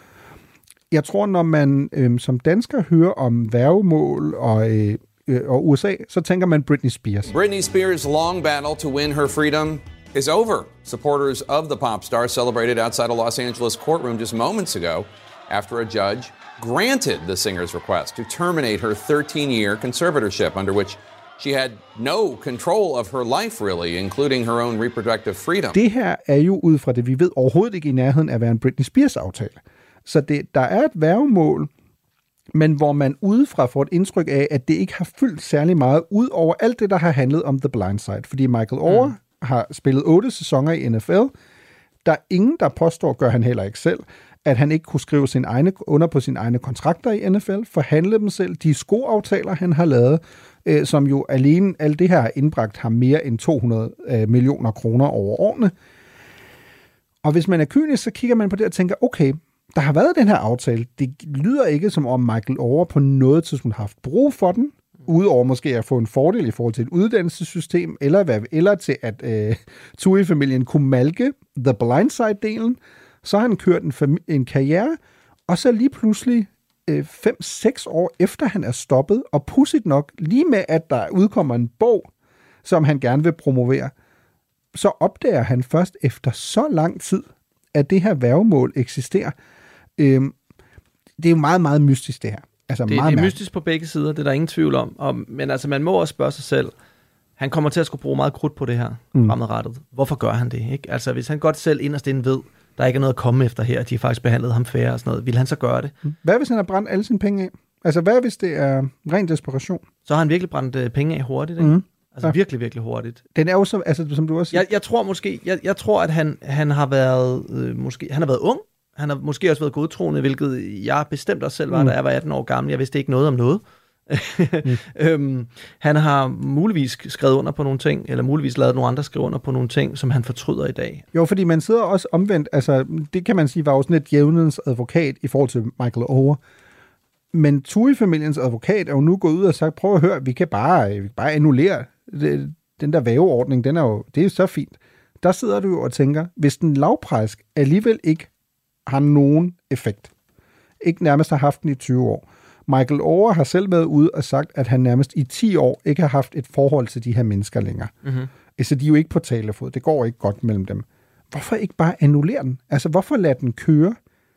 Jeg tror, når man øhm, som dansker hører om værgemål og, øh, øh, og U S A, så tænker man Britney Spears. Britney Spears' long battle to win her freedom is over. Supporters of the pop star celebrated outside a Los Angeles courtroom just moments ago after a judge granted the singer's request to terminate her thirteen-year conservatorship, under which she had no control of her life, really, including her own reproductive freedom. Det her er jo ud fra det, vi ved overhovedet ikke i nærheden af at være en Britney Spears-aftale. Så det, der er et værgemål, men hvor man udefra får et indtryk af, at det ikke har fyldt særlig meget ud over alt det, der har handlet om The Blind Side. Fordi Michael Oher mm. har spillet otte sæsoner i N F L. Der er ingen, der påstår, gør han heller ikke selv, at han ikke kunne skrive sin egne, under på sine egne kontrakter i N F L, forhandle dem selv. De skoaftaler, han har lavet, øh, som jo alene, alt det her har indbragt ham mere end to hundrede øh, millioner kroner over årene. Og hvis man er kynisk, så kigger man på det og tænker, okay, der har været den her aftale. Det lyder ikke som om Michael Oher på noget tidspunkt har haft brug for den, udover måske at få en fordel i forhold til et uddannelsessystem, eller, hvad, eller til at øh, Tuohy-familien kunne malke The Blind Side-delen. Så har han kørt en, fami- en karriere, og så lige pludselig øh, fem seks år efter han er stoppet, og pudsigt nok, lige med at der udkommer en bog, som han gerne vil promovere, så opdager han først efter så lang tid, at det her værgemål eksisterer. Øhm, det er jo meget, meget mystisk, det her. Altså, det, meget det er mystisk på begge sider, det er der ingen tvivl om. om men altså, man må også spørge sig selv, han kommer til at skulle bruge meget krudt på det her mm. fremadrettet. Hvorfor gør han det? Ikke? Altså, hvis han godt selv inderst inde ved, der ikke er noget at komme efter her, at de faktisk behandlede ham fair og sådan noget, vil han så gøre det? Hvad hvis han har brændt alle sine penge af? Altså, hvad hvis det er ren desperation? Så har han virkelig brændt uh, penge af hurtigt, ikke? Mm. Altså ja. virkelig, virkelig hurtigt. Den er jo som, altså, som du også siger. Jeg, jeg tror måske, jeg, jeg tror, at han, han har været, øh, måske, han har været ung. Han har måske også været godtroende, hvilket jeg bestemt også selv var, mm. da jeg var atten år gammel. Jeg vidste ikke noget om noget. mm. øhm, han har muligvis skrevet under på nogle ting, eller muligvis lavet nogle andre skrive under på nogle ting, som han fortryder i dag. Jo, fordi man sidder også omvendt, altså det kan man sige var jo sådan et djævnens advokat i forhold til Michael Oher. Men Thuy-familiens advokat er jo nu gået ud og sagt, prøv at høre, vi kan bare, vi kan bare annullere det, den der væveordning, den er jo, det er så fint. Der sidder du jo og tænker, hvis den lavpræsk alligevel ikke har nogen effekt, ikke nærmest har haft den i tyve år. Michael Oher har selv været ude og sagt, at han nærmest i ti år ikke har haft et forhold til de her mennesker længere. Mm-hmm. Så de er jo ikke på talefod. Det går ikke godt mellem dem. Hvorfor ikke bare annullere den? Altså, hvorfor lade den køre?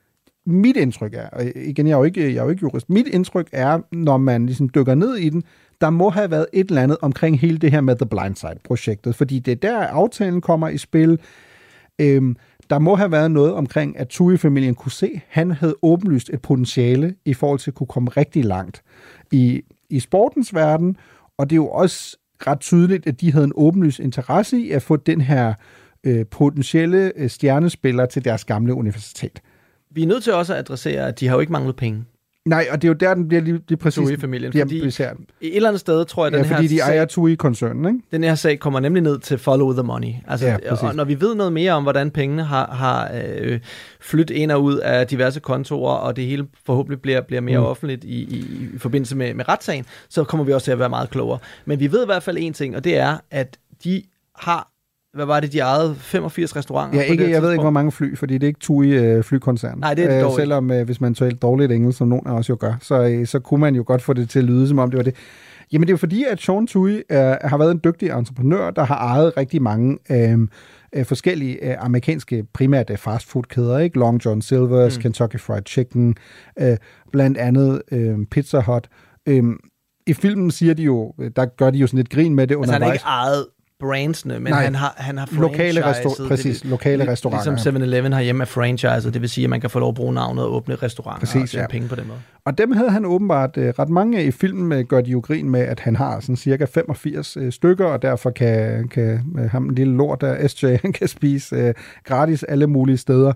Mit indtryk er, og igen, jeg er jo ikke, jeg er jo ikke jurist, mit indtryk er, når man ligesom dykker ned i den, der må have været et eller andet omkring hele det her med The Blind Side-projektet, fordi det er der, aftalen kommer i spil. Øhm, der må have været noget omkring, at Thuy-familien kunne se, at han havde åbenlyst et potentiale i forhold til at kunne komme rigtig langt i, i sportens verden, og det er jo også ret tydeligt, at de havde en åbenlyst interesse i at få den her øh, potentielle øh, stjernespiller til deres gamle universitet. Vi er nødt til også at adressere, at de har jo ikke manglet penge. Nej, og det er jo der, den bliver lige, lige præcis... Thuy-familien, fordi et eller andet sted, tror jeg, ja, den fordi her de ejer Thuy-koncernen, ikke? Den her sag kommer nemlig ned til follow the money. Altså, ja, og når vi ved noget mere om, hvordan pengene har, har øh, flyttet ind og ud af diverse kontorer, og det hele forhåbentlig bliver, bliver mere mm. offentligt i, i, i forbindelse med, med retssagen, så kommer vi også til at være meget klogere. Men vi ved i hvert fald en ting, og det er, at de har... Hvad var det, de ejede? femogfirs restauranter? Ja, ikke, jeg ved ikke, hvor mange fly, fordi det er ikke Thuy øh, flykoncern. Nej, det er det dog øh, Selvom, øh, hvis man taler dårligt engelsk, som nogen af os jo gør, så, øh, så kunne man jo godt få det til at lyde, som om det var det. Jamen, det er jo fordi, at Sean Thuy øh, har været en dygtig entreprenør, der har ejet rigtig mange øh, øh, forskellige øh, amerikanske primært fastfood-kæder, ikke? Long John Silver's, mm. Kentucky Fried Chicken, øh, blandt andet øh, Pizza Hut. Øh, I filmen siger de jo, der gør de jo sådan lidt grin med det undervejs. Altså, han er ikke ejet brandsene, men Nej, han har, han har lokale restauranter, præcis, det, lokale det, restauranter. Ligesom seven eleven har hjemme af franchise, det vil sige, at man kan få lov at bruge navnet og åbne restauranter præcis, og tjene ja. penge på den måde. Og dem havde han åbenbart uh, ret mange i filmen, gør de jo grin med, at han har sådan cirka femogfirs uh, stykker, og derfor kan, kan uh, ham en lille lort der, S J, han kan spise uh, gratis alle mulige steder.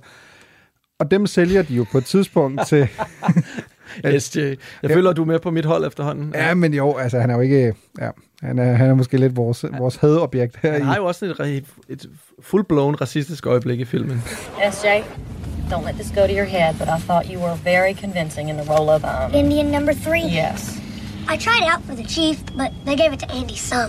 Og dem sælger de jo på et tidspunkt til... S J. Jeg ja. føler, du er med på mit hold efterhånden. Ja, men jo, altså han er jo ikke... Ja, han, er, han er måske lidt vores, ja. vores hadobjekt her. Han har jo også et, et full-blown racistisk øjeblik i filmen. S J, don't let this go to your head, but I thought you were very convincing in the role of... Um... Indian number three? Yes. I tried out for the chief, but they gave it to Andy's son.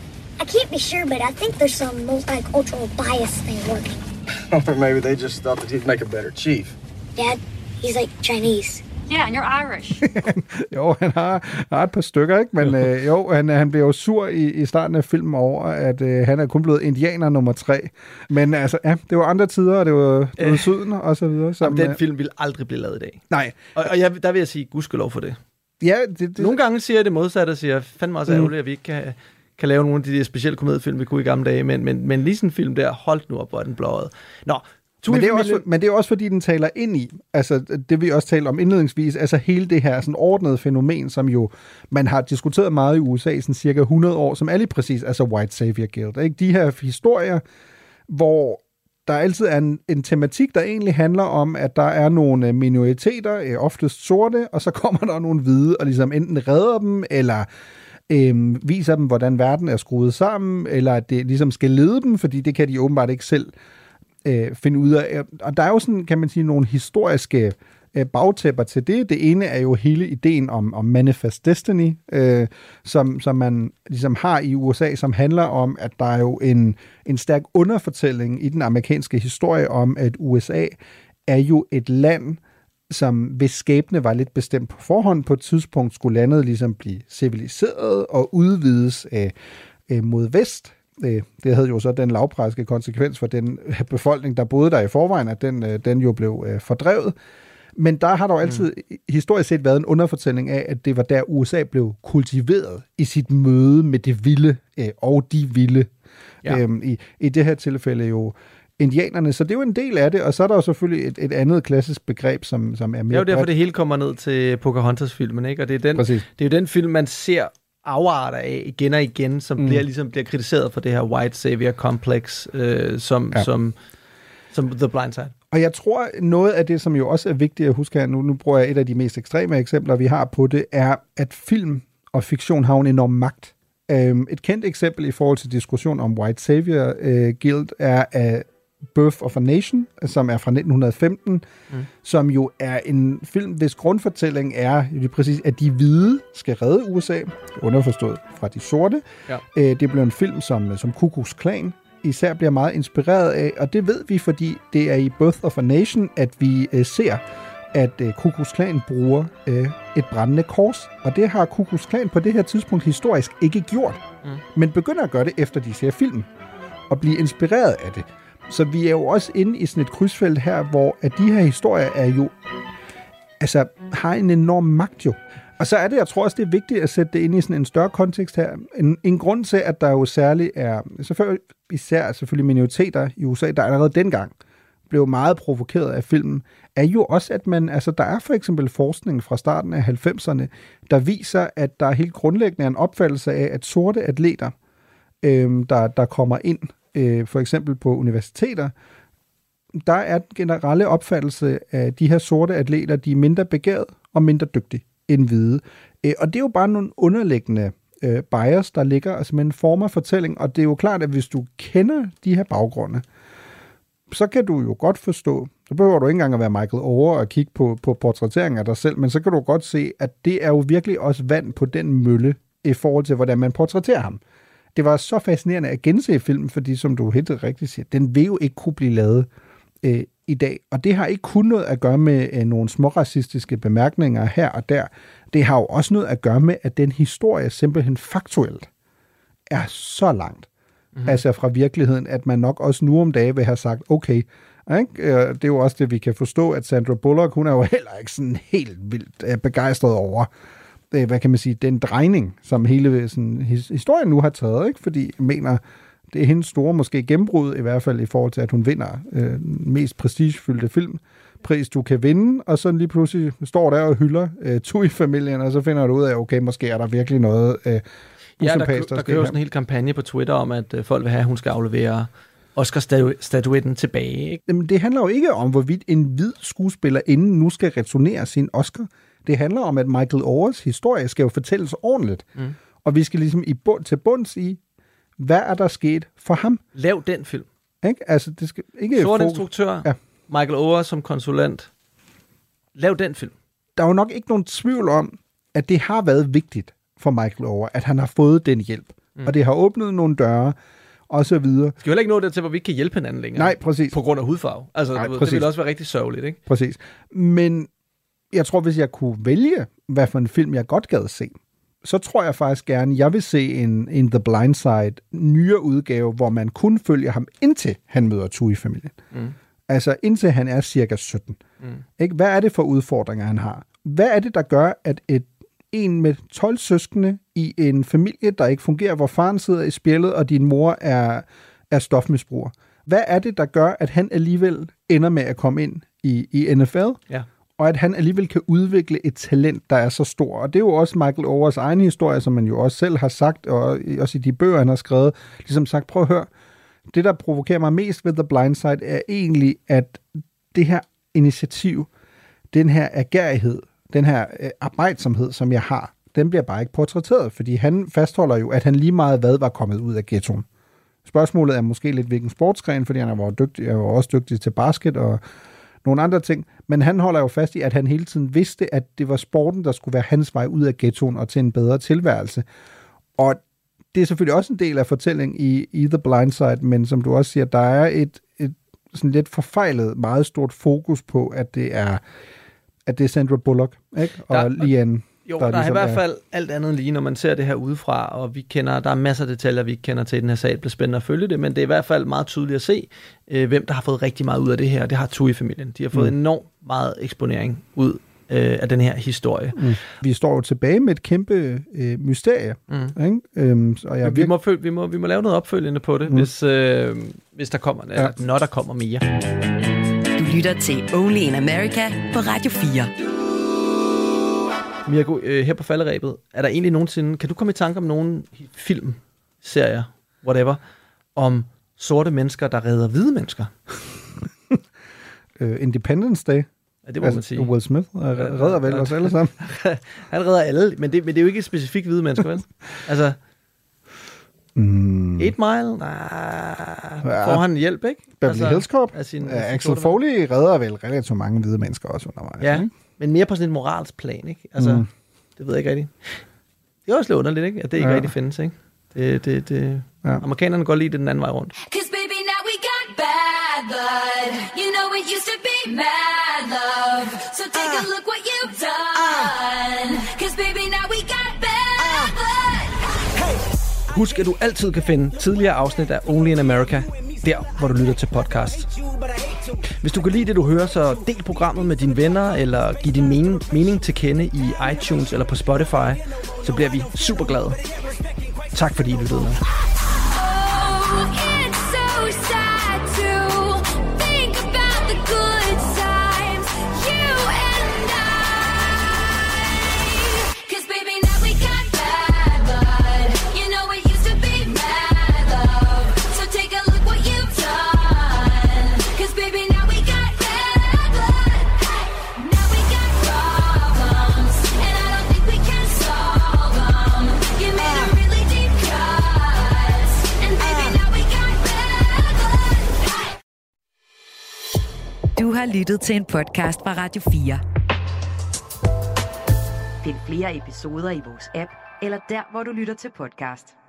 I can't be sure, but I think there's some multicultural bias thing working. Or maybe they just thought that he'd make a better chief. Dad, he's like Chinese. Yeah, and you're Irish. jo, han har, har et par stykker, ikke? Men øh, jo, han, han blev jo sur i, i starten af filmen over, at øh, han er kun blevet indianer nummer tre. Men altså, ja, det var andre tider, og det var, det var øh, syden og så videre. Som, den film ville aldrig blive lavet i dag. Nej. Og, og jeg, der vil jeg sige, gudskelov for det. Ja, det, det... Nogle gange siger jeg det modsatte, og siger, fandme også ærgerligt, mm. at vi ikke kan, kan lave nogle af de der specielle komediefilm, vi kunne i gamle dage, men, men, men lige sådan en film der, holdt nu op, hvor den blåede. Nå, Men det, er også, men det er også, fordi den taler ind i, altså det vi også talte om indledningsvis, altså hele det her sådan ordnede fænomen, som jo man har diskuteret meget i U S A i sådan cirka hundrede år, som er lige præcis, altså White Savior Guild. Ikke? De her historier, hvor der altid er en, en tematik, der egentlig handler om, at der er nogle minoriteter, oftest sorte, og så kommer der nogle hvide, og ligesom enten redder dem, eller øhm, viser dem, hvordan verden er skruet sammen, eller at det ligesom skal lede dem, fordi det kan de åbenbart ikke selv øh, finde ud af. Og der er jo sådan, kan man sige, nogle historiske øh, bagtæpper til det. Det ene er jo hele ideen om, om Manifest Destiny, øh, som, som man ligesom har i U S A, som handler om, at der er jo en, en stærk underfortælling i den amerikanske historie om, at U S A er jo et land, som hvis skæbne var lidt bestemt på forhånd, på et tidspunkt skulle landet ligesom blive civiliseret og udvides øh, øh, mod vest. Øh, det havde jo så den lavpræske konsekvens for den befolkning, der boede der i forvejen, at den, øh, den jo blev øh, fordrevet. Men der har der jo altid mm. historisk set været en underfortælling af, at det var der U S A blev kultiveret i sit møde med det vilde øh, og de vilde. Ja. Øhm, i, I det her tilfælde jo indianerne, så det er jo en del af det, og så er der jo selvfølgelig et, et andet klassisk begreb, som, som er mere... Det er jo derfor, det hele kommer ned til Pocahontas-filmen, ikke? Og det er, den, det er jo den film, man ser afarter af igen og igen, som mm. bliver, ligesom bliver kritiseret for det her white savior complex, øh, som, ja. som, som The Blind Side. Og jeg tror, noget af det, som jo også er vigtigt at huske her, nu, nu bruger jeg et af de mest ekstreme eksempler, vi har på det, er, at film og fiktion har en enorm magt. Um, et kendt eksempel i forhold til diskussion om White Savior uh, Guild er uh, Birth of a Nation, som er fra nitten femten, mm. som jo er en film, hvis grundfortælling er jo præcis, at de hvide skal redde U S A, underforstået fra de sorte. Ja. Uh, det blev en film, som, som Ku Klux Klan især bliver meget inspireret af, og det ved vi, fordi det er i Birth of a Nation, at vi uh, ser, at uh, Ku Klux Klan bruger uh, et brændende kors, og det har Ku Klux Klan på det her tidspunkt historisk ikke gjort, mm. men begynder at gøre det, efter de ser filmen, og blive inspireret af det. Så vi er jo også inde i sådan et krydsfelt her, hvor at de her historier er jo, altså har en enorm magt jo. Og så er det, jeg tror også, det er vigtigt at sætte det ind i sådan en større kontekst her. En, en grund til, at der jo særligt er, selvfølgelig, især selvfølgelig minoriteter i U S A, der allerede dengang blev meget provokeret af filmen, er jo også, at man, altså der er for eksempel forskning fra starten af halvfemserne, der viser, at der er helt grundlæggende en opfattelse af, at sorte atleter, øh, der, der kommer ind, øh, for eksempel på universiteter, der er den generelle opfattelse af de her sorte atleter, de er mindre begavet og mindre dygtige end hvide. Øh, og det er jo bare nogle underliggende øh, bias, der ligger altså med en form af fortælling, og det er jo klart, at hvis du kender de her baggrunde, så kan du jo godt forstå, så behøver du ikke engang at være Michael Oher og kigge på, på portrættering af dig selv, men så kan du godt se, at det er jo virkelig også vand på den mølle i forhold til, hvordan man portrætterer ham. Det var så fascinerende at gense filmen, fordi som du helt rigtigt siger, den vil jo ikke kunne blive lavet øh, i dag. Og det har ikke kun noget at gøre med øh, nogle små racistiske bemærkninger her og der. Det har jo også noget at gøre med, at den historie simpelthen faktuelt er så langt. Mm-hmm. Altså fra virkeligheden, at man nok også nu om dagen vil have sagt, okay, ikke? Det er jo også det, vi kan forstå, at Sandra Bullock, hun er jo heller ikke sådan helt vildt begejstret over, hvad kan man sige, den drejning, som hele sådan, historien nu har taget, ikke? Fordi jeg mener, det er hendes store måske gennembrud, i hvert fald i forhold til, at hun vinder øh, mest prestigefyldte filmpris, du kan vinde, og så lige pludselig står der og hylder øh, Tui-familien, og så finder du ud af, okay, måske er der virkelig noget øh, ja, der, der, der kører sådan en hel kampagne på Twitter om, at øh, folk vil have, at hun skal aflevere Oscar-statuetten tilbage. Ikke? Jamen, det handler jo ikke om, hvorvidt en hvid skuespiller inden nu skal returnere sin Oscar. Det handler om, at Michael Ohers historie skal jo fortælles ordentligt. Mm. Og vi skal ligesom i bund, til bunds i, hvad er der sket for ham? Lav den film. Ikke? Altså, det skal ikke sort instruktør, ja. Michael Oher som konsulent. Lav den film. Der er jo nok ikke nogen tvivl om, at det har været vigtigt for Michael Oher, at han har fået den hjælp. Mm. Og det har åbnet nogle døre, og så videre. Skal jo heller ikke nå det til, hvor vi ikke kan hjælpe hinanden længere. Nej, præcis. På grund af hudfarve. Altså, Nej, det vil også være rigtig sørgeligt, ikke? Præcis. Men jeg tror, hvis jeg kunne vælge, hvad for en film jeg godt gad se, så tror jeg faktisk gerne, jeg vil se en, en The Blind Side nyere udgave, hvor man kun følger ham, indtil han møder Tui-familien. Mm. Altså indtil han er cirka sytten. Mm. Ikke? Hvad er det for udfordringer, han har? Hvad er det, der gør, at et en med tolv søskende i en familie, der ikke fungerer, hvor faren sidder i spjældet, og din mor er, er stofmisbruger? Hvad er det, der gør, at han alligevel ender med at komme ind i, i N F L? Ja. Og at han alligevel kan udvikle et talent, der er så stor. Og det er jo også Michael Ohers egen historie, som man jo også selv har sagt, og også i de bøger, han har skrevet, ligesom sagt, prøv at høre, det, der provokerer mig mest ved The Blind Side, er egentlig, at det her initiativ, den her agerighed, den her øh, arbejdsomhed, som jeg har, den bliver bare ikke portrætteret, fordi han fastholder jo, at han lige meget hvad var kommet ud af ghettoen. Spørgsmålet er måske lidt, hvilken sportsgren, fordi han var, dygtig, han var også dygtig til basket og nogle andre ting, men han holder jo fast i, at han hele tiden vidste, at det var sporten, der skulle være hans vej ud af ghettoen og til en bedre tilværelse. Og det er selvfølgelig også en del af fortællingen i, i The Blind Side, men som du også siger, der er et, et sådan lidt forfejlet, meget stort fokus på, at det er at det er Sandra Bullock, ikke? Og der, Liane. Jo, der, der ligesom er i hvert fald er... alt andet lige, når man ser det her udefra, og vi kender, der er masser af detaljer, vi ikke kender til i den her sag. Det bliver spændende at følge det, men det er i hvert fald meget tydeligt at se, øh, hvem der har fået rigtig meget ud af det her. Det har Tui-familien. De har fået mm. enormt meget eksponering ud øh, af den her historie. Mm. Vi står jo tilbage med et kæmpe øh, mysterie. Mm. Ikke? Øhm, og jeg vi, virke... må følge, vi, må, vi må lave noget opfølgende på det, mm. hvis, øh, hvis der kommer, ja. eller, når der kommer mere. Du lytter til Only in America på Radio fire. Mirko, øh, her på falderæbet, er der egentlig nogensinde, kan du komme i tanke om nogen film, serier, whatever, om sorte mennesker, der redder hvide mennesker? uh, Independence Day. Ja, det må altså, man sige. Will Smith redder vel os alle sammen. Han redder alle, men det, men det er jo ikke specifikt hvide mennesker, vel? Altså, mm. eight Mile? Nej, ja. Får han hjælp, ikke? Beverly altså, Hills Cop? Af sin, ja, af sin Axel Foley redder vel relativt mange hvide mennesker også undervejs. Ja, ikke? men mere på sådan et moralsk plan, ikke? Altså, mm. det ved jeg ikke rigtigt. Det er også lidt underligt, ikke? At det ikke ja. rigtig findes, ikke? Det, det, det. Ja. Amerikanerne går lige den anden vej rundt. Blood. You know it used to be mad love. So take uh, a look what you've done. Uh, Cause baby now we got bad blood. Hey. Husk, at du altid kan finde tidligere afsnit af Only in America, der hvor du lytter til podcast. Hvis du kan lide det, du hører, så del programmet med dine venner, eller giv din mening, mening til kende i iTunes eller på Spotify, så bliver vi super glade. Tak fordi I lyttede med. Du har lyttet til en podcast fra Radio fire. Find flere episoder i vores app, eller der, hvor du lytter til podcast.